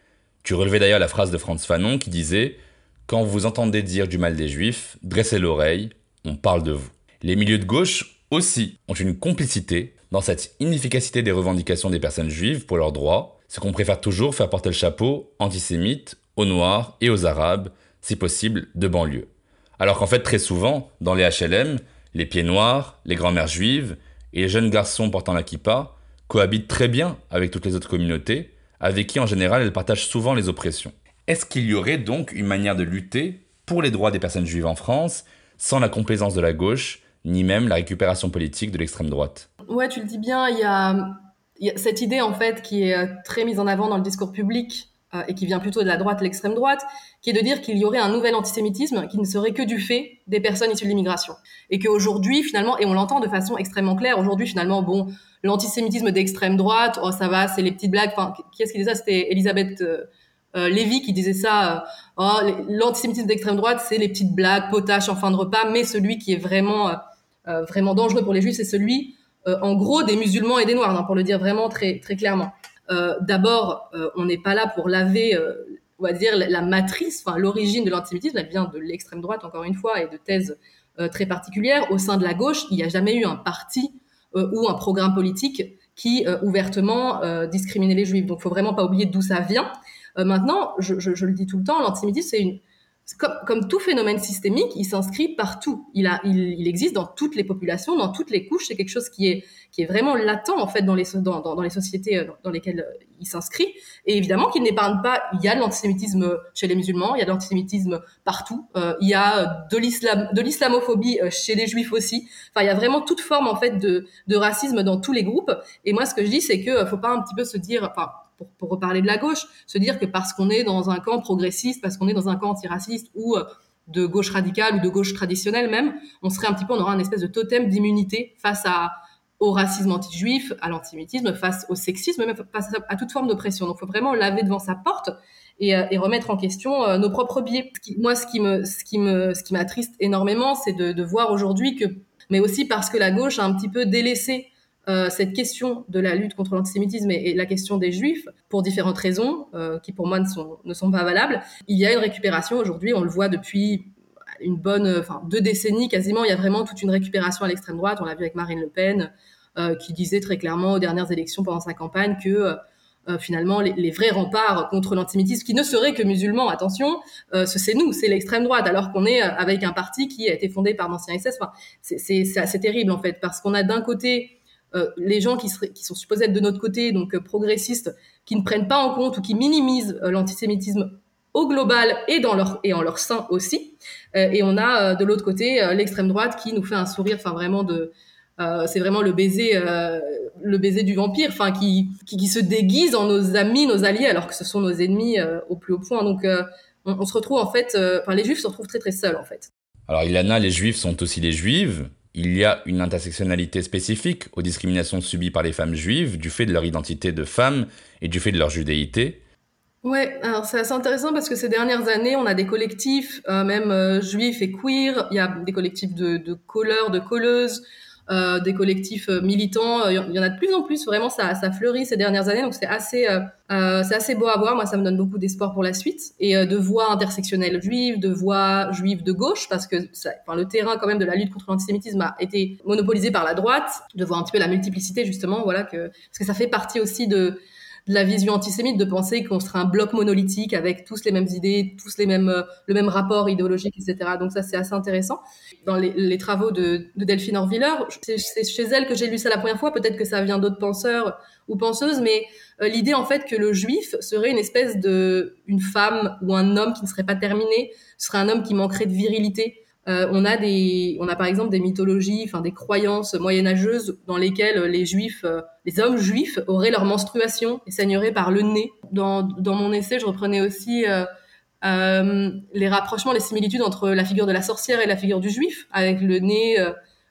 Tu relevais d'ailleurs la phrase de Frantz Fanon qui disait « Quand vous entendez dire du mal des Juifs, dressez l'oreille, on parle de vous ». Les milieux de gauche aussi ont une complicité dans cette inefficacité des revendications des personnes juives pour leurs droits, ce qu'on préfère toujours faire porter le chapeau antisémite aux Noirs et aux Arabes, si possible de banlieue. Alors qu'en fait, très souvent, dans les H L M, les pieds noirs, les grand-mères juives et les jeunes garçons portant la kippa cohabitent très bien avec toutes les autres communautés, avec qui en général elles partagent souvent les oppressions. Est-ce qu'il y aurait donc une manière de lutter pour les droits des personnes juives en France sans la complaisance de la gauche, ni même la récupération politique de l'extrême droite ? Ouais, tu le dis bien, il y a, il y a cette idée en fait qui est très mise en avant dans le discours public euh, et qui vient plutôt de la droite, l'extrême droite, qui est de dire qu'il y aurait un nouvel antisémitisme qui ne serait que du fait des personnes issues de l'immigration. Et qu'aujourd'hui, finalement, et on l'entend de façon extrêmement claire, aujourd'hui, finalement, bon, l'antisémitisme d'extrême droite, oh ça va, c'est les petites blagues, enfin, qui est-ce qui disait ça ? C'était Elisabeth euh, euh, Lévy qui disait ça, euh, oh, l'antisémitisme d'extrême droite, c'est les petites blagues, potaches en fin de repas, mais celui qui est vraiment, euh, vraiment dangereux pour les juifs, c'est celui, euh, en gros, des musulmans et des noirs, hein, pour le dire vraiment très, très clairement. Euh, d'abord, euh, on n'est pas là pour laver, euh, on va dire, la, la matrice, enfin, l'origine de l'antisémitisme, elle vient de l'extrême droite, encore une fois, et de thèses euh, très particulières. Au sein de la gauche, il n'y a jamais eu un parti euh, ou un programme politique qui, euh, ouvertement, euh, discriminait les juifs. Donc, il faut vraiment pas oublier d'où ça vient. Euh, maintenant, je, je, je le dis tout le temps, l'antisémitisme, c'est une... Comme, comme tout phénomène systémique, il s'inscrit partout. Il, a, il, il existe dans toutes les populations, dans toutes les couches. C'est quelque chose qui est, qui est vraiment latent en fait dans les, dans, dans, dans les sociétés dans, dans lesquelles il s'inscrit. Et évidemment qu'il n'épargne pas. Il y a de l'antisémitisme chez les musulmans, il y a de l'antisémitisme partout. Euh, il y a de l'islam, de l'islamophobie chez les juifs aussi. Enfin, il y a vraiment toute forme en fait de, de racisme dans tous les groupes. Et moi, ce que je dis, c'est que faut pas un petit peu se dire, enfin. Pour, pour reparler de la gauche, se dire que parce qu'on est dans un camp progressiste, parce qu'on est dans un camp antiraciste ou de gauche radicale ou de gauche traditionnelle même, on serait un petit peu, on aura un espèce de totem d'immunité face à, au racisme anti-juif, à l'antisémitisme, face au sexisme, même face à, à toute forme d'oppression. Donc, il faut vraiment laver devant sa porte et, et remettre en question euh, nos propres biais. Ce qui, moi, ce qui me, ce qui me, ce qui m'attriste énormément, c'est de, de voir aujourd'hui que, mais aussi parce que la gauche a un petit peu délaissé Euh, cette question de la lutte contre l'antisémitisme et, et la question des juifs, pour différentes raisons, euh, qui pour moi ne sont, ne sont pas valables, il y a une récupération aujourd'hui, on le voit depuis une bonne, enfin deux décennies quasiment, il y a vraiment toute une récupération à l'extrême droite, on l'a vu avec Marine Le Pen, euh, qui disait très clairement aux dernières élections pendant sa campagne que euh, finalement les, les vrais remparts contre l'antisémitisme, qui ne seraient que musulmans, attention, euh, c'est nous, c'est l'extrême droite, alors qu'on est avec un parti qui a été fondé par d'anciens S S, enfin, c'est, c'est, c'est assez terrible en fait, parce qu'on a d'un côté Euh, les gens qui, seraient, qui sont supposés être de notre côté, donc euh, progressistes, qui ne prennent pas en compte ou qui minimisent euh, l'antisémitisme au global et, dans leur, et en leur sein aussi. Euh, et on a euh, de l'autre côté euh, l'extrême droite qui nous fait un sourire, enfin vraiment de, euh, c'est vraiment le baiser, euh, le baiser du vampire, enfin qui, qui, qui se déguise en nos amis, nos alliés, alors que ce sont nos ennemis euh, au plus haut point. Donc euh, on, on se retrouve en fait, enfin euh, les juifs se retrouvent très très seuls en fait. Alors Ilana, les juifs sont aussi les juives. Il y a une intersectionnalité spécifique aux discriminations subies par les femmes juives du fait de leur identité de femme et du fait de leur judéité. Ouais, alors c'est assez intéressant parce que ces dernières années, on a des collectifs, euh, même euh, juifs et queer, il y a des collectifs de, de colleurs, de colleuses, euh, des collectifs euh, militants, il y en a de plus en plus, vraiment ça, ça fleurit ces dernières années, donc c'est assez, euh, euh, c'est assez beau à voir, moi ça me donne beaucoup d'espoir pour la suite, et euh, de voix intersectionnelles juives, de voix juives de gauche, parce que ça, enfin, le terrain quand même de la lutte contre l'antisémitisme a été monopolisé par la droite, de voir un petit peu la multiplicité justement, voilà, que, parce que ça fait partie aussi de de la vision antisémite, de penser qu'on serait un bloc monolithique avec tous les mêmes idées, tous les mêmes, euh, le même rapport idéologique, et cetera. Donc ça, c'est assez intéressant. Dans les, les travaux de, de Delphine Orviller, c'est, c'est chez elle que j'ai lu ça la première fois, peut-être que ça vient d'autres penseurs ou penseuses, mais euh, l'idée en fait que le juif serait une espèce de, une femme ou un homme qui ne serait pas terminé, ce serait un homme qui manquerait de virilité. Euh, on a des, on a par exemple des mythologies, enfin des croyances moyenâgeuses dans lesquelles les juifs, euh, les hommes juifs auraient leur menstruation et saigneraient par le nez. Dans, dans mon essai, je reprenais aussi euh, euh, les rapprochements, les similitudes entre la figure de la sorcière et la figure du juif, avec le nez, euh,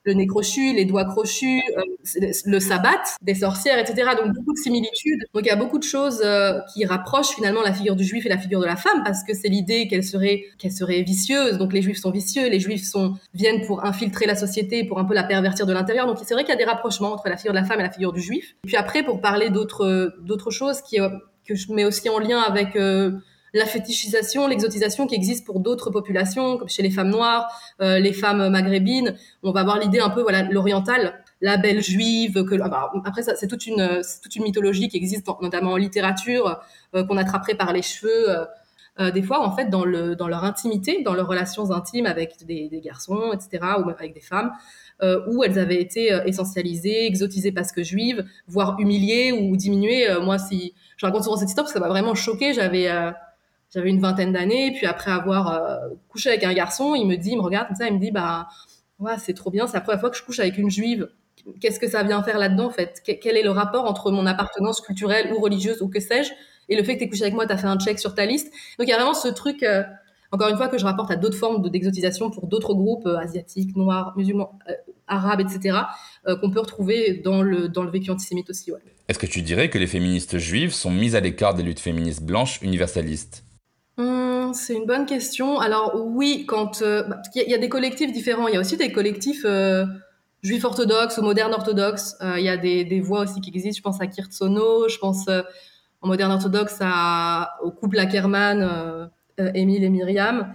le nez crochu, les doigts crochus, euh, le sabbat des sorcières, et cetera. Donc beaucoup de similitudes. Donc il y a beaucoup de choses euh, qui rapprochent finalement la figure du juif et la figure de la femme, parce que c'est l'idée qu'elle serait qu'elle serait vicieuse. Donc les juifs sont vicieux, les juifs sont viennent pour infiltrer la société, pour un peu la pervertir de l'intérieur. Donc c'est vrai qu'il y a des rapprochements entre la figure de la femme et la figure du juif. Et puis après, pour parler d'autres d'autres choses qui que je mets aussi en lien avec euh, la fétichisation, l'exotisation qui existe pour d'autres populations, comme chez les femmes noires, euh, les femmes maghrébines. On va avoir l'idée un peu, voilà, l'orientale, la belle juive. Que, bah, après, ça, c'est toute une, c'est toute une mythologie qui existe, notamment en littérature, euh, qu'on attraperait par les cheveux. Euh, euh, des fois, en fait, dans, le, dans leur intimité, dans leurs relations intimes avec des, des garçons, et cetera, ou avec des femmes, euh, où elles avaient été euh, essentialisées, exotisées parce que juives, voire humiliées ou diminuées. Euh, moi, si je raconte souvent cette histoire parce que ça m'a vraiment choquée. J'avais euh, J'avais une vingtaine d'années, puis après avoir euh, couché avec un garçon, il me dit, il me regarde comme ça, il me dit, bah, ouais, c'est trop bien, c'est la première fois que je couche avec une juive. Qu'est-ce que ça vient faire là-dedans, en fait? Quel est le rapport entre mon appartenance culturelle ou religieuse ou que sais-je, et le fait que t'aies couché avec moi, t'as fait un check sur ta liste. Donc il y a vraiment ce truc, euh, encore une fois, que je rapporte à d'autres formes de, d'exotisation pour d'autres groupes euh, asiatiques, noirs, musulmans, euh, arabes, et cetera, euh, qu'on peut retrouver dans le, dans le vécu antisémite aussi, ouais. Est-ce que tu dirais que les féministes juives sont mises à l'écart des luttes féministes blanches universalistes? Hum, c'est une bonne question. Alors oui, quand euh, bah, il y, y a des collectifs différents. Il y a aussi des collectifs euh, juifs orthodoxes ou modernes orthodoxes. Il euh, y a des, des voix aussi qui existent. Je pense à Kirtsono, je pense euh, en moderne orthodoxe à, au couple Ackerman, euh, euh, Émile et Myriam.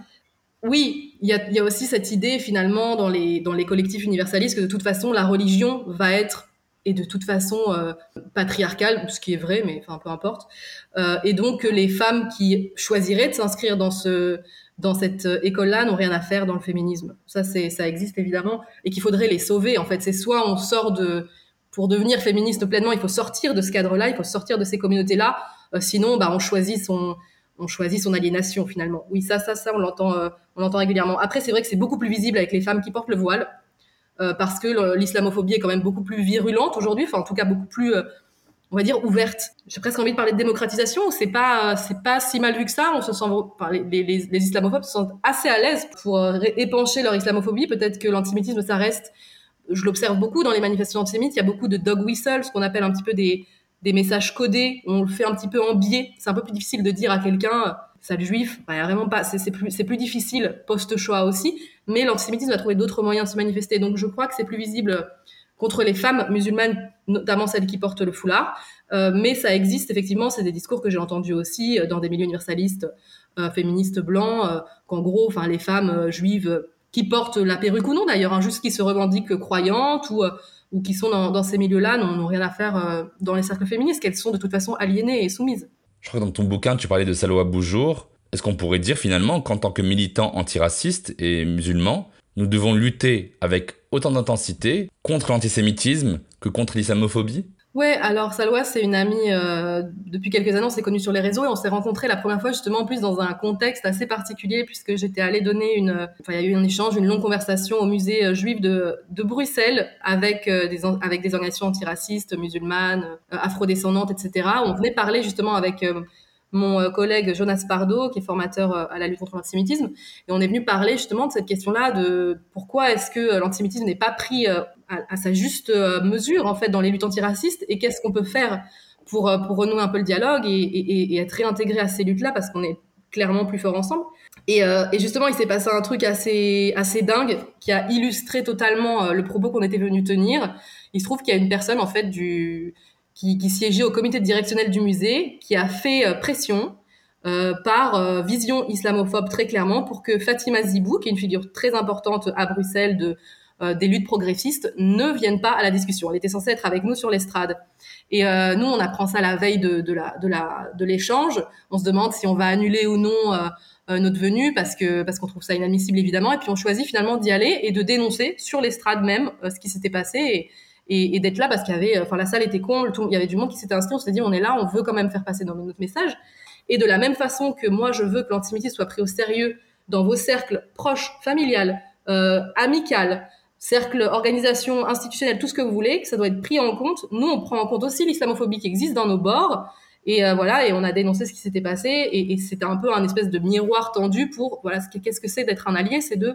Oui, il y a, y a aussi cette idée finalement dans les, dans les collectifs universalistes que de toute façon la religion va être et de toute façon euh, patriarcale, ce qui est vrai, mais enfin peu importe. Euh, et donc les femmes qui choisiraient de s'inscrire dans ce dans cette école-là n'ont rien à faire dans le féminisme. Ça c'est ça existe évidemment et qu'il faudrait les sauver. En fait, c'est soit on sort de pour devenir féministe pleinement, il faut sortir de ce cadre-là, il faut sortir de ces communautés-là. Euh, sinon, bah on choisit son on choisit son aliénation finalement. Oui, ça ça ça on l'entend euh, on l'entend régulièrement. Après c'est vrai que c'est beaucoup plus visible avec les femmes qui portent le voile. Euh, parce que le, l'islamophobie est quand même beaucoup plus virulente aujourd'hui, enfin en tout cas beaucoup plus, euh, on va dire, ouverte. J'ai presque envie de parler de démocratisation. C'est pas, c'est pas si mal vu que ça. On se sent, enfin, les, les, les islamophobes se sentent assez à l'aise pour euh, épancher leur islamophobie. Peut-être que l'antisémitisme, ça reste. Je l'observe beaucoup dans les manifestations antisémites. Il y a beaucoup de dog whistles, ce qu'on appelle un petit peu des des messages codés. On le fait un petit peu en biais. C'est un peu plus difficile de dire à quelqu'un. Salut juif, enfin, y a vraiment pas, c'est, c'est plus, c'est plus difficile post-Shoah aussi, mais l'antisémitisme va trouver d'autres moyens de se manifester. Donc je crois que c'est plus visible contre les femmes musulmanes, notamment celles qui portent le foulard, euh, mais ça existe effectivement, c'est des discours que j'ai entendus aussi dans des milieux universalistes, euh, féministes blancs, euh, qu'en gros, enfin les femmes euh, juives qui portent la perruque ou non d'ailleurs, hein, juste qui se revendiquent croyantes ou, euh, ou qui sont dans, dans ces milieux-là n'ont, n'ont rien à faire euh, dans les cercles féministes, qu'elles sont de toute façon aliénées et soumises. Je crois que dans ton bouquin, tu parlais de Saloua Boujour. Est-ce qu'on pourrait dire finalement qu'en tant que militants antiracistes et musulmans, nous devons lutter avec autant d'intensité contre l'antisémitisme que contre l'islamophobie ? Ouais, alors Saloua, c'est une amie, euh, depuis quelques années, on s'est connus sur les réseaux et on s'est rencontrés la première fois justement en plus dans un contexte assez particulier puisque j'étais allée donner une, enfin il y a eu un échange, une longue conversation au musée juif de, de Bruxelles avec, euh, des, avec des organisations antiracistes, musulmanes, euh, afrodescendantes, et cetera. On venait parler justement avec euh, mon collègue Jonas Pardo, qui est formateur à la lutte contre l'antisémitisme, et on est venu parler justement de cette question-là, de pourquoi est-ce que l'antisémitisme n'est pas pris à, à sa juste mesure en fait dans les luttes antiracistes, et qu'est-ce qu'on peut faire pour pour renouer un peu le dialogue et, et, et être réintégré à ces luttes-là parce qu'on est clairement plus fort ensemble. Et, euh, et justement, il s'est passé un truc assez assez dingue qui a illustré totalement le propos qu'on était venu tenir. Il se trouve qu'il y a une personne en fait du Qui, qui siégeait au comité directionnel du musée, qui a fait euh, pression euh, par euh, vision islamophobe très clairement pour que Fatima Zibou, qui est une figure très importante à Bruxelles de, euh, des luttes progressistes, ne vienne pas à la discussion. Elle était censée être avec nous sur l'estrade. Et euh, nous, on apprend ça la veille de, de, la, de, la, de l'échange. On se demande si on va annuler ou non euh, euh, notre venue parce, que, parce qu'on trouve ça inadmissible, évidemment. Et puis on choisit finalement d'y aller et de dénoncer sur l'estrade même euh, ce qui s'était passé et Et, et d'être là parce qu'il y avait, enfin la salle était comble, tout, il y avait du monde qui s'était inscrit, on s'est dit on est là, on veut quand même faire passer dans notre message. Et de la même façon que moi je veux que l'antisémitisme soit pris au sérieux dans vos cercles proches, familiales, euh, amicales, cercles, organisations, institutionnelles, tout ce que vous voulez, que ça doit être pris en compte. Nous on prend en compte aussi l'islamophobie qui existe dans nos bords. Et euh, voilà, et on a dénoncé ce qui s'était passé, et, et c'était un peu un espèce de miroir tendu pour voilà, qu'est-ce que c'est d'être un allié, c'est de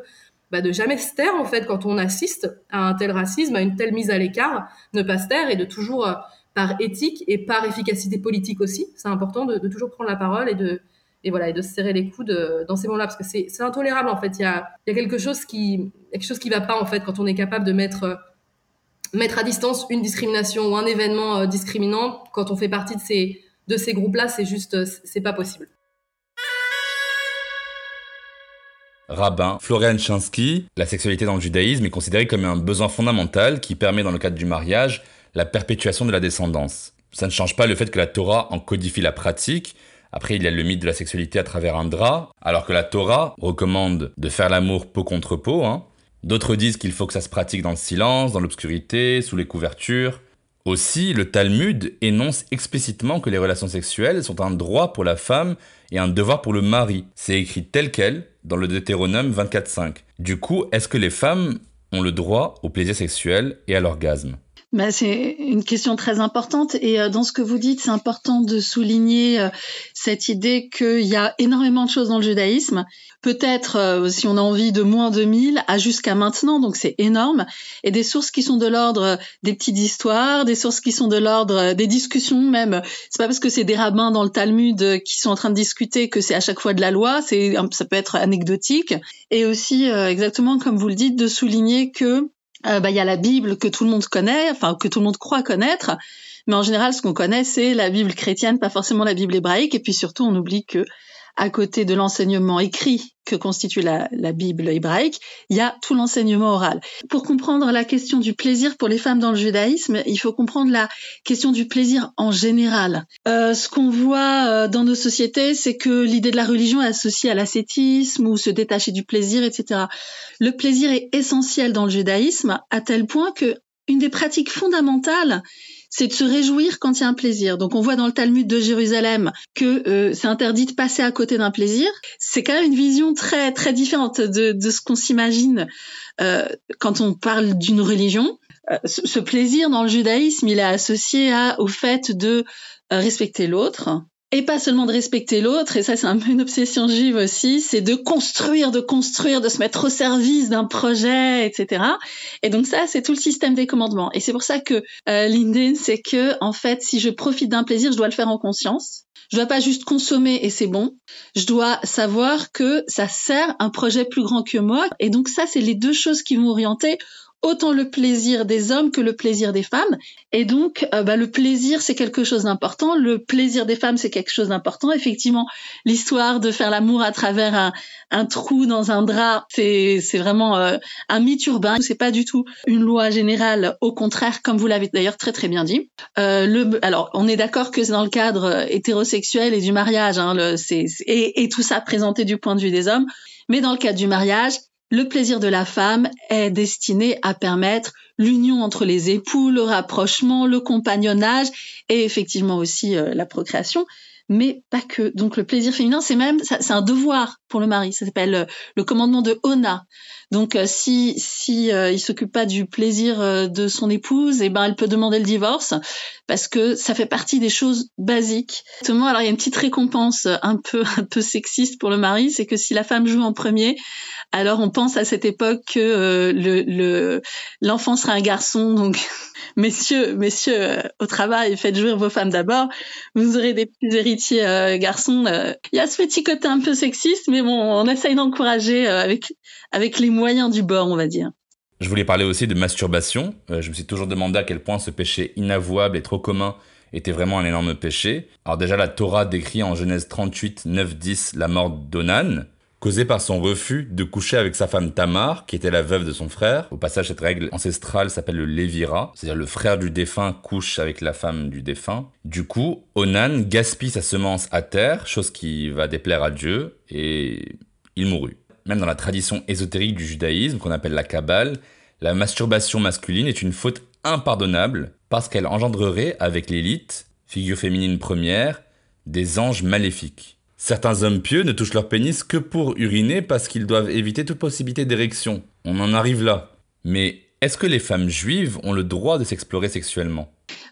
bah, de jamais se taire en fait quand on assiste à un tel racisme, à une telle mise à l'écart, ne pas se taire et de toujours, euh, par éthique et par efficacité politique aussi, c'est important de, de toujours prendre la parole et de, et voilà, et de se serrer les coudes de, dans ces moments-là, parce que c'est, c'est intolérable en fait. Il y a, il y a quelque chose qui, quelque chose qui va pas en fait quand on est capable de mettre, euh, mettre à distance une discrimination ou un événement euh, discriminant. Quand on fait partie de ces, de ces groupes-là, c'est juste, euh, c'est pas possible. Rabbin Florian Chansky, la sexualité dans le judaïsme est considérée comme un besoin fondamental qui permet dans le cadre du mariage la perpétuation de la descendance. Ça ne change pas le fait que la Torah en codifie la pratique. Après, il y a le mythe de la sexualité à travers un drap, alors que la Torah recommande de faire l'amour peau contre peau. Hein. D'autres disent qu'il faut que ça se pratique dans le silence, dans l'obscurité, sous les couvertures. Aussi, le Talmud énonce explicitement que les relations sexuelles sont un droit pour la femme et un devoir pour le mari. C'est écrit tel quel dans le Deutéronome vingt-quatre cinq. Du coup, est-ce que les femmes ont le droit au plaisir sexuel et à l'orgasme ? Ben, c'est une question très importante et euh, dans ce que vous dites, c'est important de souligner euh, cette idée qu'il y a énormément de choses dans le judaïsme, peut-être euh, si on a envie de moins de mille à jusqu'à maintenant, donc c'est énorme, et des sources qui sont de l'ordre euh, des petites histoires, des sources qui sont de l'ordre euh, des discussions même. C'est pas parce que c'est des rabbins dans le Talmud euh, qui sont en train de discuter que c'est à chaque fois de la loi, c'est ça peut être anecdotique, et aussi euh, exactement comme vous le dites, de souligner que Euh, bah, il y a la Bible que tout le monde connaît, enfin que tout le monde croit connaître, mais en général ce qu'on connaît c'est la Bible chrétienne, pas forcément la Bible hébraïque, et puis surtout on oublie que à côté de l'enseignement écrit que constitue la, la Bible hébraïque, il y a tout l'enseignement oral. Pour comprendre la question du plaisir pour les femmes dans le judaïsme, il faut comprendre la question du plaisir en général. Euh, ce qu'on voit euh, dans nos sociétés, c'est que l'idée de la religion est associée à l'ascétisme ou se détacher du plaisir, et cetera. Le plaisir est essentiel dans le judaïsme à tel point que une des pratiques fondamentales, c'est de se réjouir quand il y a un plaisir. Donc on voit dans le Talmud de Jérusalem que euh, c'est interdit de passer à côté d'un plaisir. C'est quand même une vision très très différente de, de ce qu'on s'imagine euh, quand on parle d'une religion. Euh, ce, ce plaisir dans le judaïsme, il est associé à, au fait de euh, respecter l'autre. Et pas seulement de respecter l'autre, et ça c'est un peu une obsession juive aussi, c'est de construire, de construire, de se mettre au service d'un projet, et cetera. Et donc ça, c'est tout le système des commandements. Et c'est pour ça que euh, l'idée, c'est que en fait, si je profite d'un plaisir, je dois le faire en conscience. Je dois pas juste consommer et c'est bon. Je dois savoir que ça sert un projet plus grand que moi. Et donc ça, c'est les deux choses qui vont orienter autant le plaisir des hommes que le plaisir des femmes. Et donc, euh, bah, le plaisir, c'est quelque chose d'important. Le plaisir des femmes, c'est quelque chose d'important. Effectivement, l'histoire de faire l'amour à travers un, un trou dans un drap, c'est, c'est vraiment euh, un mythe urbain. C'est pas du tout une loi générale. Au contraire, comme vous l'avez d'ailleurs très très bien dit. Euh, le, alors, on est d'accord que c'est dans le cadre hétérosexuel et du mariage, hein, le, c'est, c'est, et, et tout ça présenté du point de vue des hommes. Mais dans le cadre du mariage, le plaisir de la femme est destiné à permettre l'union entre les époux, le rapprochement, le compagnonnage et effectivement aussi euh, la procréation, mais pas que. Donc le plaisir féminin, c'est même ça, c'est un devoir pour le mari. Ça s'appelle euh, le commandement de Ona. Donc euh, si si euh, il s'occupe pas du plaisir euh, de son épouse, eh ben elle peut demander le divorce parce que ça fait partie des choses basiques. Exactement. Alors il y a une petite récompense un peu un peu sexiste pour le mari, c'est que si la femme joue en premier, alors on pense à cette époque que euh, le, le l'enfant sera un garçon. Donc messieurs messieurs euh, au travail, faites jouir vos femmes d'abord. Vous aurez des petits héritiers euh, garçons. Euh. Il y a ce petit côté un peu sexiste, mais bon, on essaye d'encourager euh, avec avec les moyens du bord, on va dire. Je voulais parler aussi de masturbation. Euh, je me suis toujours demandé à quel point ce péché inavouable et trop commun était vraiment un énorme péché. Alors déjà, la Torah décrit en Genèse trente-huit, neuf, dix la mort d'Onan, causée par son refus de coucher avec sa femme Tamar, qui était la veuve de son frère. Au passage, cette règle ancestrale s'appelle le Lévira, c'est-à-dire le frère du défunt couche avec la femme du défunt. Du coup, Onan gaspille sa semence à terre, chose qui va déplaire à Dieu, et il mourut. Même dans la tradition ésotérique du judaïsme, qu'on appelle la Kabbale, la masturbation masculine est une faute impardonnable parce qu'elle engendrerait avec l'élite, figure féminine première, des anges maléfiques. Certains hommes pieux ne touchent leur pénis que pour uriner parce qu'ils doivent éviter toute possibilité d'érection. On en arrive là. Mais est-ce que les femmes juives ont le droit de s'explorer sexuellement ?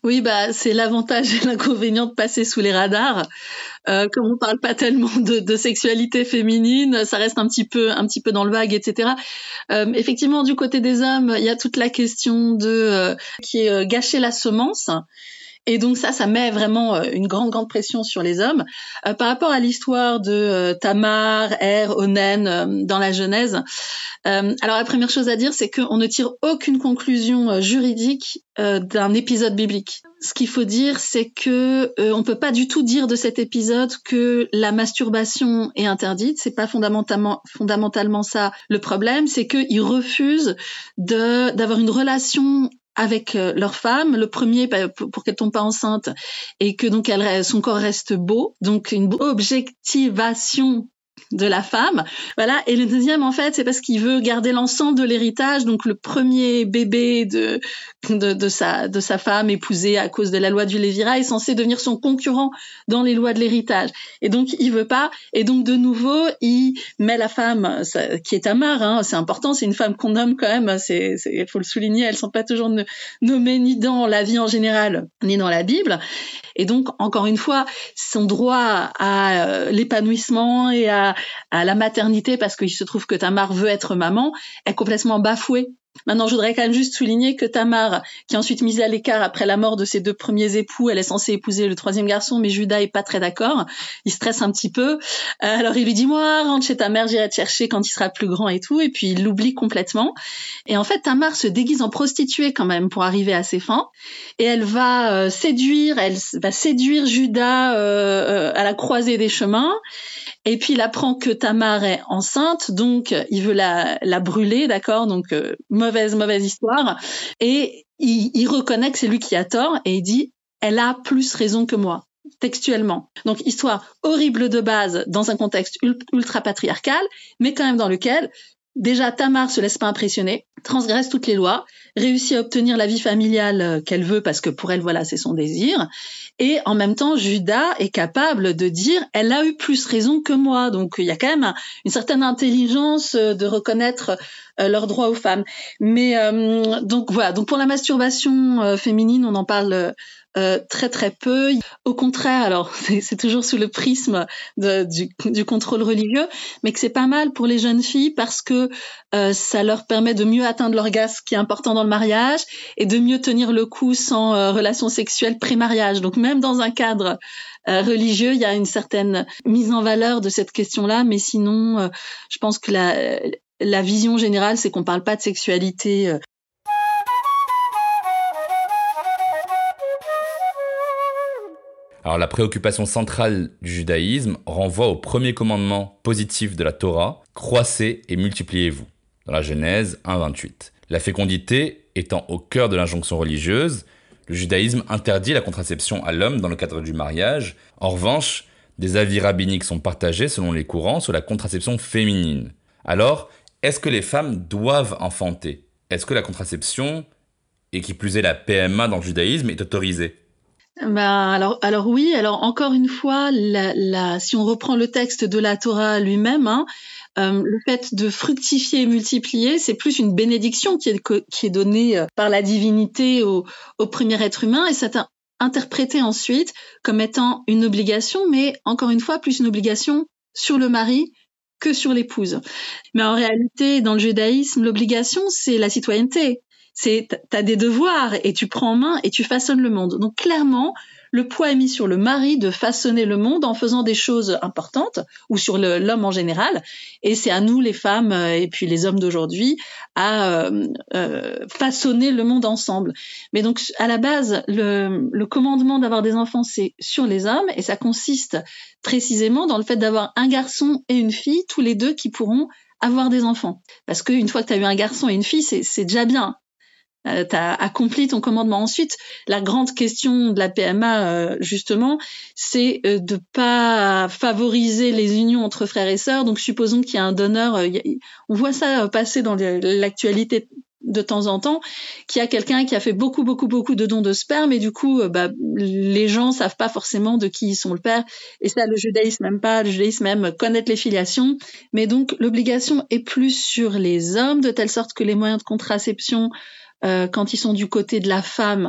Oui, bah c'est l'avantage et l'inconvénient de passer sous les radars. Euh, comme on parle pas tellement de, de sexualité féminine, ça reste un petit peu, un petit peu dans le vague, et cetera. Euh, effectivement, du côté des hommes, il y a toute la question de euh, qui est euh, gâcher la semence. Et donc ça, ça met vraiment euh, une grande, grande pression sur les hommes. Euh, par rapport à l'histoire de euh, Tamar, Er, Onen euh, dans la Genèse, euh, alors la première chose à dire, c'est qu'on ne tire aucune conclusion euh, juridique euh, d'un épisode biblique. Ce qu'il faut dire, c'est que euh, on peut pas du tout dire de cet épisode que la masturbation est interdite. C'est pas fondamentalement, fondamentalement ça le problème. C'est qu'ils refusent de d'avoir une relation avec leur femme, le premier pour qu'elle tombe pas enceinte et que donc elle, son corps reste beau, donc une objectivation de la femme, voilà. Et le deuxième, en fait, c'est parce qu'il veut garder l'ensemble de l'héritage, donc le premier bébé de de, de sa de sa femme épousée à cause de la loi du Lévira est censé devenir son concurrent dans les lois de l'héritage, et donc il veut pas, et donc de nouveau il met la femme ça, qui est Tamar, hein, c'est important, c'est une femme qu'on nomme quand même, c'est il faut le souligner, elles sont pas toujours nommées ni dans la vie en général ni dans la Bible. Et donc, encore une fois, son droit à euh, l'épanouissement et à, à la maternité, parce qu'il se trouve que Tamar veut être maman, est complètement bafoué. Maintenant, je voudrais quand même juste souligner que Tamar, qui est ensuite mise à l'écart après la mort de ses deux premiers époux, elle est censée épouser le troisième garçon, mais Judas est pas très d'accord. Il stresse un petit peu. Euh, alors, il lui dit, moi, rentre chez ta mère, j'irai te chercher quand il sera plus grand et tout. Et puis, il l'oublie complètement. Et en fait, Tamar se déguise en prostituée quand même pour arriver à ses fins. Et elle va euh, séduire, elle va séduire Judas euh, euh, à la croisée des chemins. Et puis il apprend que Tamar est enceinte, donc il veut la, la brûler, d'accord, donc euh, mauvaise, mauvaise histoire. Et il, il reconnaît que c'est lui qui a tort et il dit « elle a plus raison que moi ». Textuellement. Donc, histoire horrible de base dans un contexte ultra patriarcal, mais quand même dans lequel déjà Tamar se laisse pas impressionner, transgresse toutes les lois, réussit à obtenir la vie familiale qu'elle veut parce que pour elle, voilà, c'est son désir. Et en même temps, Judas est capable de dire « elle a eu plus raison que moi ». Donc, il y a quand même une certaine intelligence de reconnaître leurs droits aux femmes. Mais euh, donc voilà, donc pour la masturbation euh, féminine, on en parle euh, très très peu. Au contraire, alors c'est, c'est toujours sous le prisme de, du, du contrôle religieux, mais que c'est pas mal pour les jeunes filles parce que euh, ça leur permet de mieux atteindre l'orgasme qui est important dans le mariage et de mieux tenir le coup sans euh, relation sexuelle pré-mariage. Donc même dans un cadre euh, religieux, il y a une certaine mise en valeur de cette question-là, mais sinon, euh, je pense que la La vision générale, c'est qu'on parle pas de sexualité. Alors la préoccupation centrale du judaïsme renvoie au premier commandement positif de la Torah, « croissez et multipliez-vous » dans la Genèse un vingt-huit. La fécondité étant au cœur de l'injonction religieuse, le judaïsme interdit la contraception à l'homme dans le cadre du mariage. En revanche, des avis rabbiniques sont partagés selon les courants sur la contraception féminine. Alors, est-ce que les femmes doivent enfanter ? Est-ce que la contraception, et qui plus est la P M A dans le judaïsme, est autorisée ? Ben alors, alors oui. Alors encore une fois, la, la, si on reprend le texte de la Torah lui-même, hein, euh, le fait de fructifier et multiplier, c'est plus une bénédiction qui est, qui est donnée par la divinité au, au premier être humain, et c'est un, interprété ensuite comme étant une obligation, mais encore une fois, plus une obligation sur le mari que sur l'épouse. Mais en réalité, dans le judaïsme, l'obligation, c'est la citoyenneté. C'est, t'as des devoirs et tu prends en main et tu façonnes le monde. Donc clairement, le poids est mis sur le mari de façonner le monde en faisant des choses importantes, ou sur le, l'homme en général. Et c'est à nous, les femmes et puis les hommes d'aujourd'hui, à euh, euh, façonner le monde ensemble. Mais donc, à la base, le, le commandement d'avoir des enfants, c'est sur les hommes, et ça consiste précisément dans le fait d'avoir un garçon et une fille, tous les deux qui pourront avoir des enfants. Parce qu'une fois que tu as eu un garçon et une fille, c'est, c'est déjà bien. Euh, tu as accompli ton commandement. Ensuite, la grande question de la P M A, euh, justement, c'est euh, de pas favoriser les unions entre frères et sœurs. Donc, supposons qu'il y a un donneur, euh, y a, on voit ça euh, passer dans l'actualité de temps en temps, qu'il y a quelqu'un qui a fait beaucoup, beaucoup, beaucoup de dons de sperme, et du coup, euh, bah, les gens savent pas forcément de qui ils sont le père. Et ça, le judaïsme même pas, le judaïsme même connaître les filiations. Mais donc, l'obligation est plus sur les hommes, de telle sorte que les moyens de contraception, Euh, quand ils sont du côté de la femme,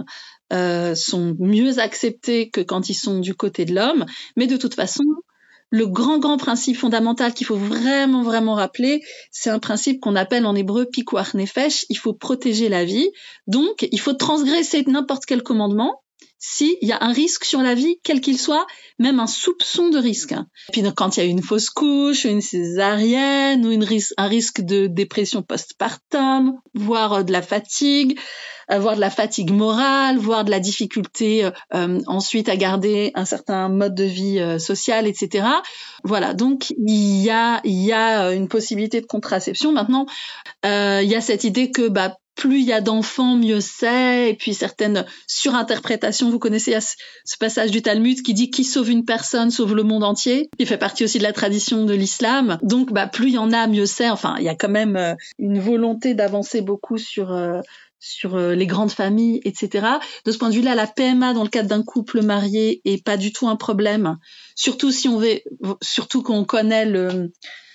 euh, sont mieux acceptées que quand ils sont du côté de l'homme. Mais de toute façon, le grand, grand principe fondamental qu'il faut vraiment, vraiment rappeler, c'est un principe qu'on appelle en hébreu pikuach nefesh. Il faut protéger la vie. Donc, il faut transgresser n'importe quel commandement s'il y a un risque sur la vie, quel qu'il soit, même un soupçon de risque. Et puis, donc, quand il y a une fausse couche, une césarienne, ou une ris- un risque de dépression postpartum, voire de la fatigue, voire de la fatigue morale, voire de la difficulté euh, ensuite à garder un certain mode de vie euh, social, et cetera. Voilà, donc il y a, il y a une possibilité de contraception. Maintenant, euh, il y a cette idée que bah, plus il y a d'enfants, mieux c'est, et puis certaines surinterprétations. Vous connaissez ce passage du Talmud qui dit « Qui sauve une personne sauve le monde entier », qui fait partie aussi de la tradition de l'islam. Donc, bah, plus il y en a, mieux c'est. Enfin, il y a quand même une volonté d'avancer beaucoup sur... Euh, sur les grandes familles, et cetera. De ce point de vue-là, la P M A dans le cadre d'un couple marié est pas du tout un problème. Surtout si on veut, surtout qu'on connaît le,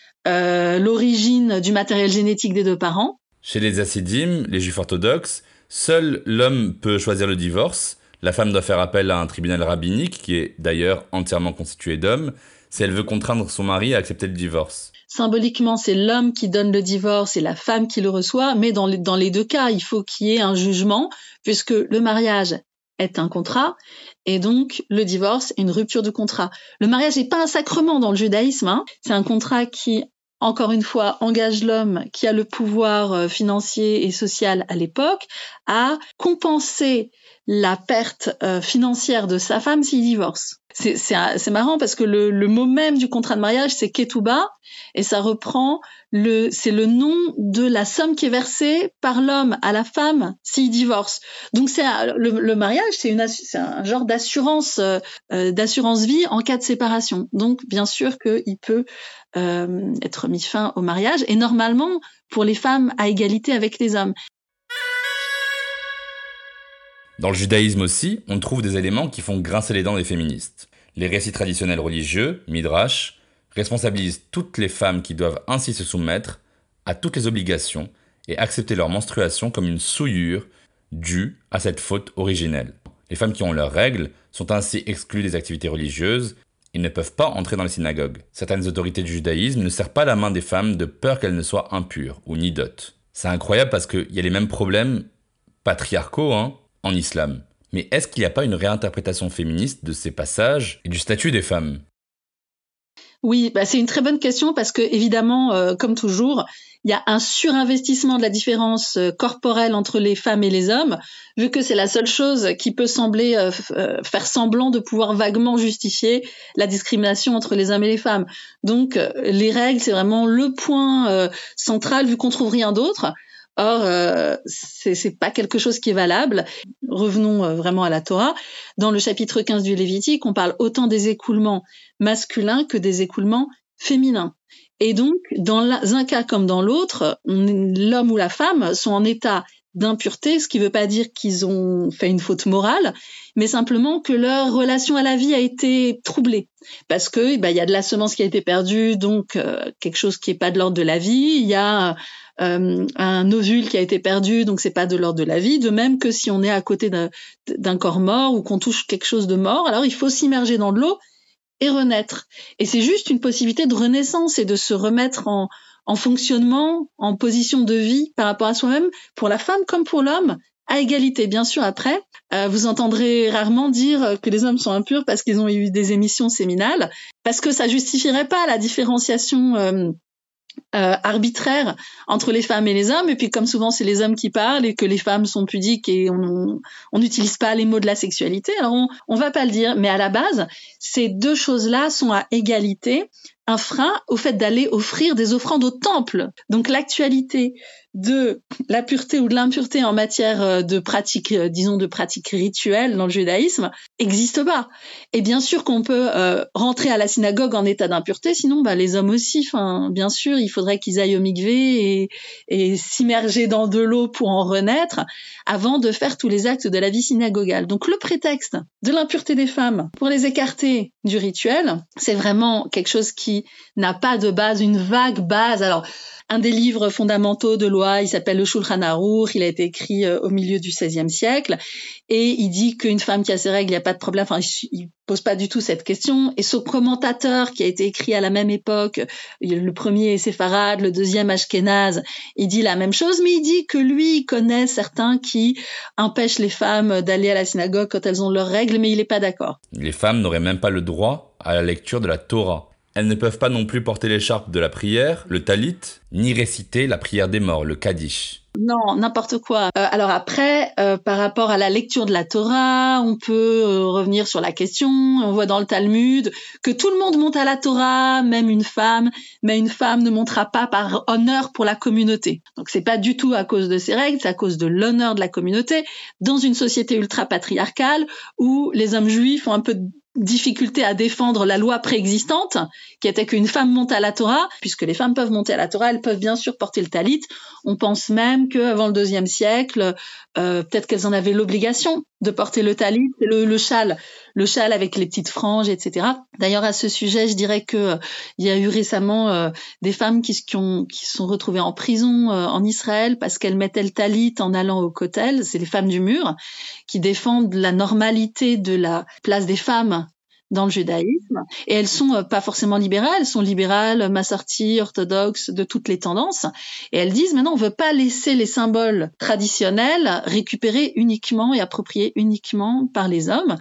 euh, l'origine du matériel génétique des deux parents. Chez les Hassidim, les juifs orthodoxes, seul l'homme peut choisir le divorce. La femme doit faire appel à un tribunal rabbinique, qui est d'ailleurs entièrement constitué d'hommes, si elle veut contraindre son mari à accepter le divorce. Symboliquement, c'est l'homme qui donne le divorce et la femme qui le reçoit, mais dans les, dans les deux cas, il faut qu'il y ait un jugement, puisque le mariage est un contrat, et donc le divorce est une rupture de contrat. Le mariage n'est pas un sacrement dans le judaïsme, hein. C'est un contrat qui, encore une fois, engage l'homme qui a le pouvoir financier et social à l'époque à compenser la perte euh, financière de sa femme s'il divorce. C'est, c'est, c'est marrant parce que le, le mot même du contrat de mariage, c'est ketouba, et ça reprend le, c'est le nom de la somme qui est versée par l'homme à la femme s'il divorce. Donc c'est le, le mariage, c'est, une, c'est un genre d'assurance, euh, d'assurance vie en cas de séparation. Donc bien sûr qu'il peut euh, être mis fin au mariage, et normalement pour les femmes à égalité avec les hommes. Dans le judaïsme aussi, on trouve des éléments qui font grincer les dents des féministes. Les récits traditionnels religieux, midrash, responsabilisent toutes les femmes qui doivent ainsi se soumettre à toutes les obligations et accepter leur menstruation comme une souillure due à cette faute originelle. Les femmes qui ont leurs règles sont ainsi exclues des activités religieuses et ne peuvent pas entrer dans les synagogues. Certaines autorités du judaïsme ne serrent pas la main des femmes de peur qu'elles ne soient impures ou nidotes. C'est incroyable parce qu'il y a les mêmes problèmes patriarcaux, hein, en islam. Mais est-ce qu'il n'y a pas une réinterprétation féministe de ces passages et du statut des femmes ? Oui, bah c'est une très bonne question parce que évidemment, euh, comme toujours, il y a un surinvestissement de la différence euh, corporelle entre les femmes et les hommes, vu que c'est la seule chose qui peut sembler euh, f- euh, faire semblant de pouvoir vaguement justifier la discrimination entre les hommes et les femmes. Donc, euh, les règles, c'est vraiment le point euh, central vu qu'on trouve rien d'autre. Or, euh, c'est, c'est pas quelque chose qui est valable. Revenons euh, vraiment à la Torah. Dans le chapitre quinze du Lévitique, on parle autant des écoulements masculins que des écoulements féminins. Et donc, dans un cas comme dans l'autre, on, l'homme ou la femme sont en état d'impureté, ce qui ne veut pas dire qu'ils ont fait une faute morale, mais simplement que leur relation à la vie a été troublée. Parce que bah, y a de la semence qui a été perdue, donc euh, quelque chose qui n'est pas de l'ordre de la vie. Il y a euh, un ovule qui a été perdu, donc c'est pas de l'ordre de la vie. De même que si on est à côté d'un, d'un corps mort ou qu'on touche quelque chose de mort, alors il faut s'immerger dans de l'eau et renaître. Et c'est juste une possibilité de renaissance et de se remettre en, en fonctionnement, en position de vie par rapport à soi-même, pour la femme comme pour l'homme, à égalité. Bien sûr, après, euh, vous entendrez rarement dire que les hommes sont impurs parce qu'ils ont eu des émissions séminales, parce que ça justifierait pas la différenciation euh, Euh, arbitraire entre les femmes et les hommes, et puis comme souvent c'est les hommes qui parlent et que les femmes sont pudiques et on n'utilise pas les mots de la sexualité, alors on, on va pas le dire, mais à la base ces deux choses-là sont à égalité, un frein au fait d'aller offrir des offrandes au temple. Donc l'actualité de la pureté ou de l'impureté en matière de pratique, disons de pratique rituelle dans le judaïsme, existe pas. Et bien sûr qu'on peut euh, rentrer à la synagogue en état d'impureté, sinon bah, les hommes aussi, enfin, bien sûr, il faudrait qu'ils aillent au mikvé et, et s'immerger dans de l'eau pour en renaître avant de faire tous les actes de la vie synagogale. Donc le prétexte de l'impureté des femmes pour les écarter du rituel, c'est vraiment quelque chose qui qui n'a pas de base, une vague base. Alors, un des livres fondamentaux de loi, il s'appelle le Shulchan Aruch, il a été écrit euh, au milieu du seizième siècle, et il dit qu'une femme qui a ses règles, il n'y a pas de problème, enfin, il, il pose pas du tout cette question. Et ce commentateur qui a été écrit à la même époque, le premier est séfarade, le deuxième ashkénaze, il dit la même chose, mais il dit que lui, il connaît certains qui empêchent les femmes d'aller à la synagogue quand elles ont leurs règles, mais il n'est pas d'accord. Les femmes n'auraient même pas le droit à la lecture de la Torah. Elles ne peuvent pas non plus porter l'écharpe de la prière, le talit, ni réciter la prière des morts, le kaddish. Non, n'importe quoi. Euh, alors après, euh, par rapport à la lecture de la Torah, on peut euh, revenir sur la question. On voit dans le Talmud que tout le monde monte à la Torah, même une femme, mais une femme ne montera pas par honneur pour la communauté. Donc c'est pas du tout à cause de ces règles, c'est à cause de l'honneur de la communauté dans une société ultra patriarcale où les hommes juifs ont un peu de difficulté à défendre la loi préexistante, qui était qu'une femme monte à la Torah, puisque les femmes peuvent monter à la Torah, elles peuvent bien sûr porter le talit. On pense même qu'avant le deuxième siècle, euh, peut-être qu'elles en avaient l'obligation de porter le talit, le, le châle, le châle avec les petites franges, et cetera. D'ailleurs, à ce sujet, je dirais que euh, il y a eu récemment euh, des femmes qui, qui, ont, qui sont retrouvées en prison euh, en Israël parce qu'elles mettaient le talit en allant au kotel. C'est les femmes du mur qui défendent la normalité de la place des femmes dans le judaïsme, et elles sont euh, pas forcément libérales, elles sont libérales, massorti, orthodoxes, de toutes les tendances, et elles disent maintenant on veut pas laisser les symboles traditionnels récupérés uniquement et appropriés uniquement par les hommes.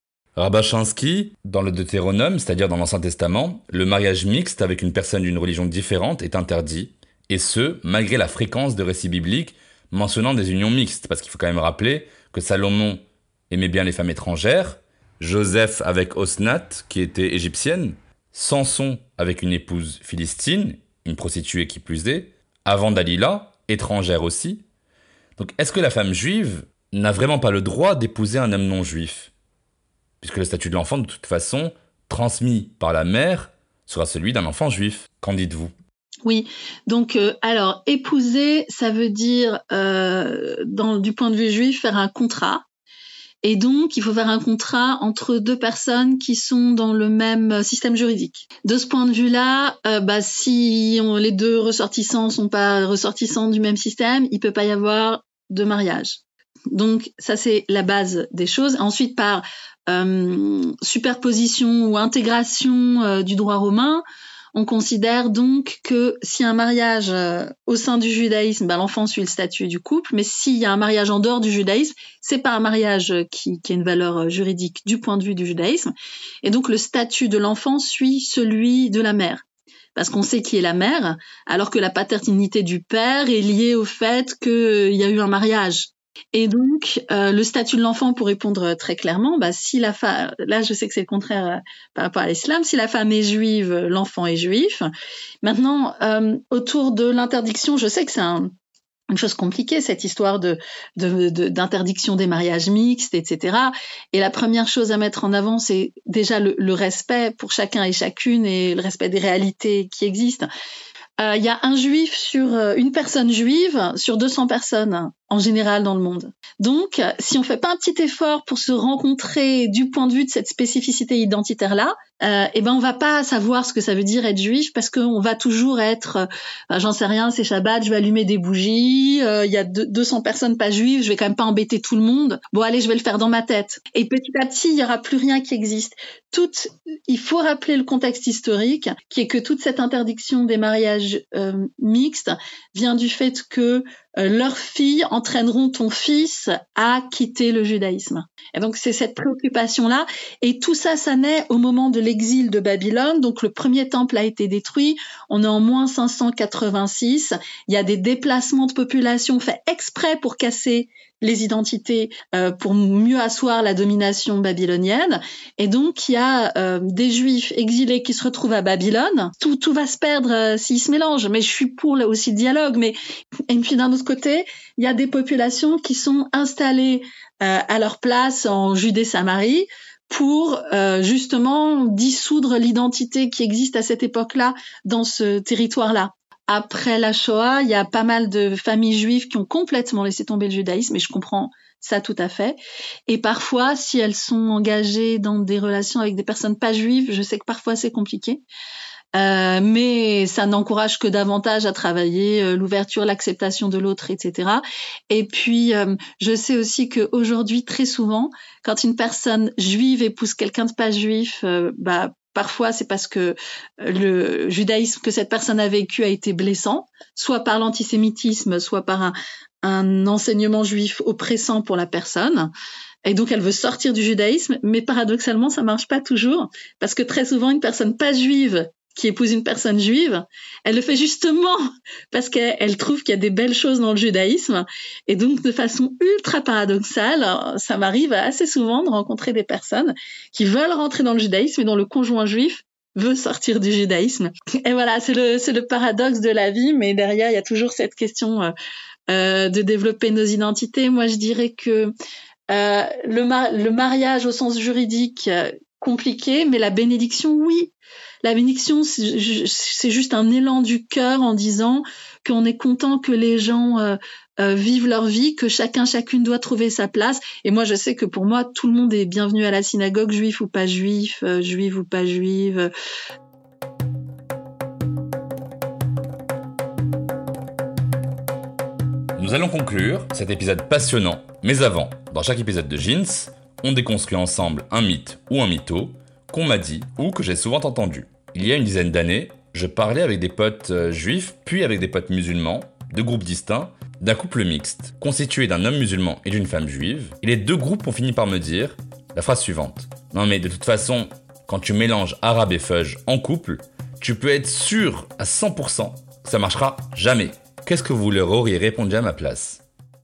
Rabachansky, dans le Deutéronome, c'est-à-dire dans l'Ancien Testament, le mariage mixte avec une personne d'une religion différente est interdit, et ce, malgré la fréquence de récits bibliques mentionnant des unions mixtes, parce qu'il faut quand même rappeler que Salomon aimait bien les femmes étrangères, Joseph avec Osnat, qui était égyptienne, Samson avec une épouse philistine, une prostituée qui plus est, avant Dalila, étrangère aussi. Donc est-ce que la femme juive n'a vraiment pas le droit d'épouser un homme non juif ? Puisque le statut de l'enfant, de toute façon, transmis par la mère, sera celui d'un enfant juif. Qu'en dites-vous ? Oui, donc euh, alors épouser, ça veut dire, euh, dans, du point de vue juif, faire un contrat. Et donc, il faut faire un contrat entre deux personnes qui sont dans le même système juridique. De ce point de vue-là, euh, bah, si on, les deux ressortissants sont pas ressortissants du même système, il peut pas y avoir de mariage. Donc, ça, c'est la base des choses. Ensuite, par euh, superposition ou intégration euh, du droit romain, on considère donc que si un mariage euh, au sein du judaïsme, ben, l'enfant suit le statut du couple, mais s'il y a un mariage en dehors du judaïsme, c'est pas un mariage qui, qui a une valeur juridique du point de vue du judaïsme. Et donc le statut de l'enfant suit celui de la mère. Parce qu'on sait qui est la mère, alors que la paternité du père est liée au fait qu'il euh, y a eu un mariage. Et donc, euh, le statut de l'enfant, pour répondre très clairement, bah, si la femme, là je sais que c'est le contraire euh, par rapport à l'islam, si la femme est juive, l'enfant est juif. Maintenant, euh, autour de l'interdiction, je sais que c'est un, une chose compliquée, cette histoire de, de, de, d'interdiction des mariages mixtes, et cetera. Et la première chose à mettre en avant, c'est déjà le, le respect pour chacun et chacune et le respect des réalités qui existent. Il euh, y a un juif sur euh, une personne juive sur deux cents personnes en général dans le monde. Donc, si on fait pas un petit effort pour se rencontrer du point de vue de cette spécificité identitaire-là, euh, eh ben on va pas savoir ce que ça veut dire être juif parce qu'on va toujours être, euh, ben, j'en sais rien, c'est Shabbat, je vais allumer des bougies, il euh, y a deux cents personnes pas juives, je vais quand même pas embêter tout le monde. Bon, allez, je vais le faire dans ma tête. Et petit à petit, il y aura plus rien qui existe. Tout, il faut rappeler le contexte historique, qui est que toute cette interdiction des mariages euh, mixtes vient du fait que euh, leurs filles entraîneront ton fils à quitter le judaïsme. Et donc c'est cette préoccupation-là. Et tout ça, ça naît au moment de l'exil de Babylone. Donc le premier temple a été détruit. On est en moins cinq cent quatre-vingt-six. Il y a des déplacements de population faits exprès pour casser les identités, euh, pour mieux asseoir la domination babylonienne. Et donc, il y a euh, des Juifs exilés qui se retrouvent à Babylone. Tout, tout va se perdre euh, s'ils se mélangent. Mais je suis pour là aussi le dialogue. Mais et puis d'un autre côté, il y a des populations qui sont installées euh, à leur place en Judée-Samarie pour euh, justement dissoudre l'identité qui existe à cette époque-là dans ce territoire-là. Après la Shoah, il y a pas mal de familles juives qui ont complètement laissé tomber le judaïsme, et je comprends ça tout à fait. Et parfois, si elles sont engagées dans des relations avec des personnes pas juives, je sais que parfois c'est compliqué. Euh, mais ça n'encourage que davantage à travailler euh, l'ouverture, l'acceptation de l'autre, et cetera. Et puis, euh, je sais aussi qu'aujourd'hui, très souvent, quand une personne juive épouse quelqu'un de pas juif, euh, bah parfois, c'est parce que le judaïsme que cette personne a vécu a été blessant, soit par l'antisémitisme, soit par un, un enseignement juif oppressant pour la personne. Et donc, elle veut sortir du judaïsme, mais paradoxalement, ça marche pas toujours, parce que très souvent, une personne pas juive qui épouse une personne juive, elle le fait justement parce qu'elle elle trouve qu'il y a des belles choses dans le judaïsme. Et donc, de façon ultra paradoxale, ça m'arrive assez souvent de rencontrer des personnes qui veulent rentrer dans le judaïsme et dont le conjoint juif veut sortir du judaïsme. Et voilà, c'est le, c'est le paradoxe de la vie, mais derrière, il y a toujours cette question euh, euh, de développer nos identités. Moi, je dirais que euh, le, mar- le mariage au sens juridique, euh, compliqué, mais la bénédiction, oui. La bénédiction, c'est, c'est juste un élan du cœur en disant qu'on est content que les gens euh, euh, vivent leur vie, que chacun, chacune doit trouver sa place. Et moi, je sais que pour moi, tout le monde est bienvenu à la synagogue, juif ou pas juif, euh, juive ou pas juive. Nous allons conclure cet épisode passionnant. Mais avant, dans chaque épisode de Jeans, on déconstruit ensemble un mythe ou un mytho qu'on m'a dit ou que j'ai souvent entendu. Il y a une dizaine d'années, je parlais avec des potes euh, juifs, puis avec des potes musulmans, de groupes distincts, d'un couple mixte, constitué d'un homme musulman et d'une femme juive, et les deux groupes ont fini par me dire la phrase suivante. Non mais de toute façon, quand tu mélanges arabe et fudge en couple, tu peux être sûr à cent pour cent que ça marchera jamais. Qu'est-ce que vous leur auriez répondu à ma place ?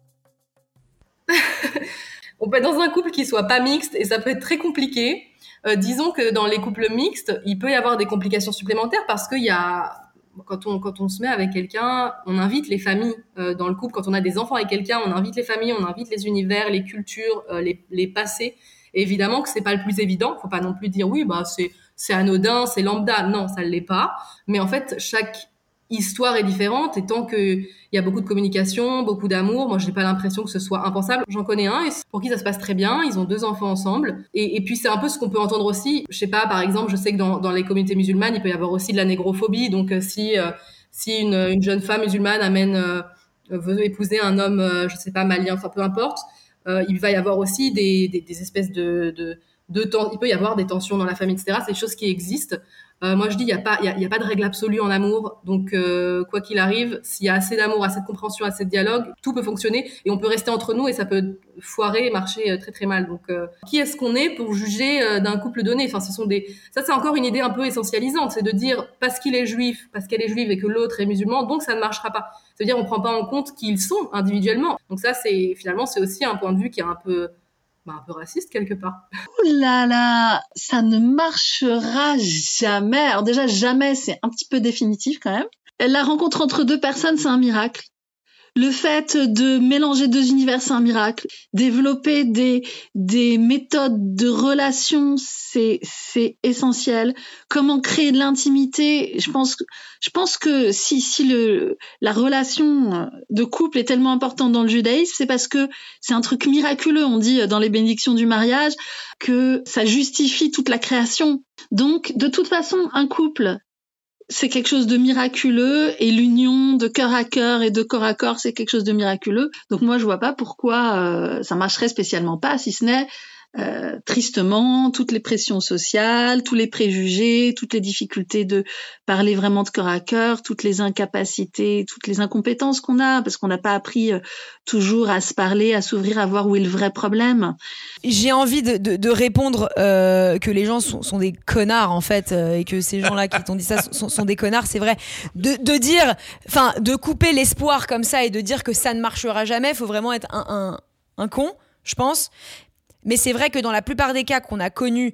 On peut être dans un couple qui soit pas mixte et ça peut être très compliqué. Euh, disons que dans les couples mixtes, il peut y avoir des complications supplémentaires parce qu'il y a, quand on, quand on se met avec quelqu'un, on invite les familles euh, dans le couple. Quand on a des enfants avec quelqu'un, on invite les familles, on invite les univers, les cultures, euh, les, les passés. Et évidemment que c'est pas le plus évident. Faut pas non plus dire oui, bah c'est, c'est anodin, c'est lambda. Non, ça l'est pas. Mais en fait, chaque histoire est différente et tant que il y a beaucoup de communication, beaucoup d'amour, moi j'ai pas l'impression que ce soit impensable. J'en connais un et pour qui ça se passe très bien, ils ont deux enfants ensemble et, et puis c'est un peu ce qu'on peut entendre aussi. Je sais pas, par exemple, je sais que dans, dans les communautés musulmanes, il peut y avoir aussi de la négrophobie. Donc euh, si euh, si une, une jeune femme musulmane amène euh, veut épouser un homme, euh, je sais pas malien, enfin peu importe, euh, il va y avoir aussi des des, des espèces de de de temps, il peut y avoir des tensions dans la famille, et cetera. C'est des choses qui existent. Euh, moi, je dis, il y a pas, il y a, y a pas de règle absolue en amour. Donc, euh, quoi qu'il arrive, s'il y a assez d'amour, assez de compréhension, assez de dialogue, tout peut fonctionner et on peut rester entre nous et ça peut foirer et marcher très très mal. Donc, euh, qui est-ce qu'on est pour juger euh, d'un couple donné ? Enfin, ce sont des, ça c'est encore une idée un peu essentialisante, c'est de dire parce qu'il est juif, parce qu'elle est juive et que l'autre est musulman, donc ça ne marchera pas. C'est-à-dire, on prend pas en compte qui ils sont individuellement. Donc ça, c'est finalement, c'est aussi un point de vue qui est un peu Bah, un peu raciste quelque part. Ouh là là, ça ne marchera jamais. Alors déjà, jamais, c'est un petit peu définitif quand même. La rencontre entre deux personnes, c'est un miracle. Le fait de mélanger deux univers, c'est un miracle. Développer des, des méthodes de relation, c'est, c'est essentiel. Comment créer de l'intimité, je pense, je pense que si, si le, la relation de couple est tellement importante dans le judaïsme, c'est parce que c'est un truc miraculeux. On dit dans les bénédictions du mariage que ça justifie toute la création. Donc, de toute façon, un couple, c'est quelque chose de miraculeux et l'union de cœur à cœur et de corps à corps, c'est quelque chose de miraculeux. Donc moi, je vois pas pourquoi euh, ça marcherait spécialement pas, si ce n'est euh, tristement toutes les pressions sociales, tous les préjugés, toutes les difficultés de parler vraiment de cœur à cœur, toutes les incapacités, toutes les incompétences qu'on a, parce qu'on n'a pas appris euh, toujours à se parler, à s'ouvrir, à voir où est le vrai problème. J'ai envie de, de, de répondre euh, que les gens sont, sont des connards en fait euh, et que ces gens-là qui t'ont dit ça sont, sont des connards, c'est vrai. De, de dire, enfin, de couper l'espoir comme ça et de dire que ça ne marchera jamais, faut vraiment être un, un, un con, je pense. Mais c'est vrai que dans la plupart des cas qu'on a connus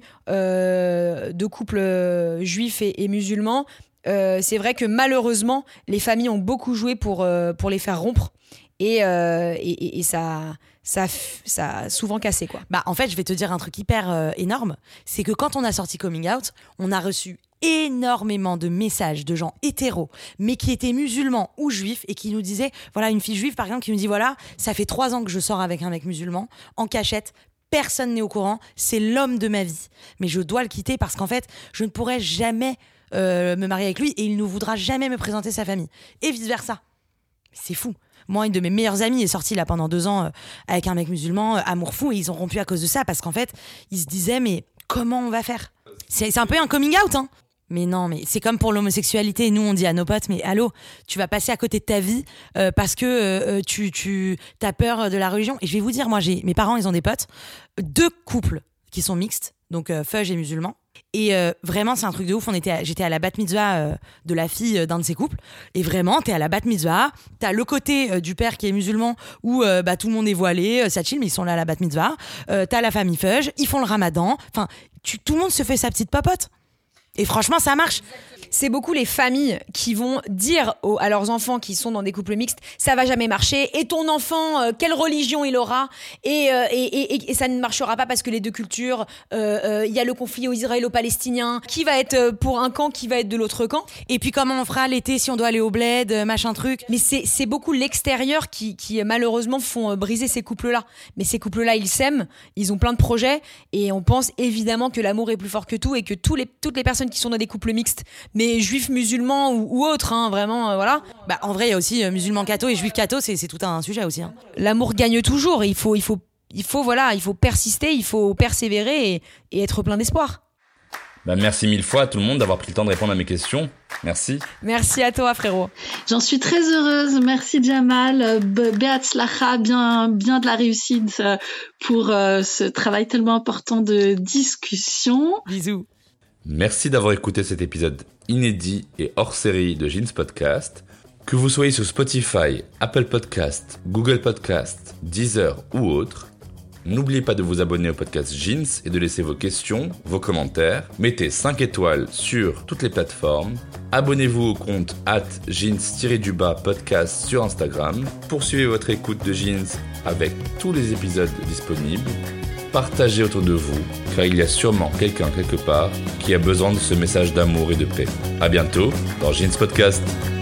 euh, de couples euh, juifs et, et musulmans, euh, c'est vrai que malheureusement, les familles ont beaucoup joué pour, euh, pour les faire rompre. Et, euh, et, et, et ça, ça, ça a souvent cassé, quoi. Bah, en fait, je vais te dire un truc hyper euh, énorme. C'est que quand on a sorti Coming Out, on a reçu énormément de messages de gens hétéros, mais qui étaient musulmans ou juifs et qui nous disaient, voilà, une fille juive, par exemple, qui nous dit, voilà, ça fait trois ans que je sors avec un mec musulman, en cachette, personne n'est au courant, c'est l'homme de ma vie. Mais je dois le quitter parce qu'en fait, je ne pourrais jamais euh, me marier avec lui et il ne voudra jamais me présenter sa famille. Et vice-versa. C'est fou. Moi, une de mes meilleures amies est sortie là pendant deux ans euh, avec un mec musulman, euh, amour fou, et ils ont rompu à cause de ça parce qu'en fait, ils se disaient mais comment on va faire ? c'est, c'est un peu un coming out, hein. Mais non, mais c'est comme pour l'homosexualité. Nous, on dit à nos potes, mais allô, tu vas passer à côté de ta vie euh, parce que euh, tu, tu as peur de la religion. Et je vais vous dire, moi, j'ai mes parents, ils ont des potes, deux couples qui sont mixtes, donc euh, fudge et musulmans. Et euh, vraiment, c'est un truc de ouf. On était à, j'étais à la bat mitzvah euh, de la fille euh, d'un de ces couples. Et vraiment, t'es à la bat mitzvah. T'as le côté euh, du père qui est musulman où euh, bah, tout le monde est voilé, euh, ça chill, mais ils sont là à la bat mitzvah. Euh, t'as la famille fudge, ils font le ramadan. Enfin, tu, tout le monde se fait sa petite popote. Et franchement, ça marche. C'est beaucoup les familles qui vont dire aux, à leurs enfants qui sont dans des couples mixtes, ça va jamais marcher. Et ton enfant, euh, quelle religion il aura ? Et, euh, et, et, et ça ne marchera pas parce que les deux cultures, il euh, euh, y a le conflit israélo-palestinien. Qui va être pour un camp, qui va être de l'autre camp ? Et puis comment on fera l'été si on doit aller au bled, machin truc. Mais c'est, c'est beaucoup l'extérieur qui, qui malheureusement font briser ces couples-là. Mais ces couples-là, ils s'aiment, ils ont plein de projets et on pense évidemment que l'amour est plus fort que tout et que tous les, toutes les personnes qui sont dans des couples mixtes, mais juifs, musulmans ou, ou autres, hein, vraiment, euh, voilà. Bah, en vrai, il y a aussi euh, musulmans catho et juifs catho, c'est, c'est tout un sujet aussi. Hein. L'amour gagne toujours. Il faut, il faut, il faut, voilà, il faut persister, il faut persévérer et, et être plein d'espoir. Bah, merci mille fois à tout le monde d'avoir pris le temps de répondre à mes questions. Merci. Merci à toi, frérot. J'en suis très heureuse. Merci, Jamal. Be'atzlacha, bien, bien de la réussite pour euh, ce travail tellement important de discussion. Bisous. Merci d'avoir écouté cet épisode inédit et hors série de Jeans Podcast. Que vous soyez sur Spotify, Apple Podcast, Google Podcast, Deezer ou autre, n'oubliez pas de vous abonner au podcast Jeans et de laisser vos questions, vos commentaires. Mettez cinq étoiles sur toutes les plateformes. Abonnez-vous au compte arobase jeans-du-bas podcast sur Instagram. Poursuivez votre écoute de Jeans avec tous les épisodes disponibles. Partagez autour de vous, car il y a sûrement quelqu'un quelque part qui a besoin de ce message d'amour et de paix. À bientôt dans Jeans Podcast.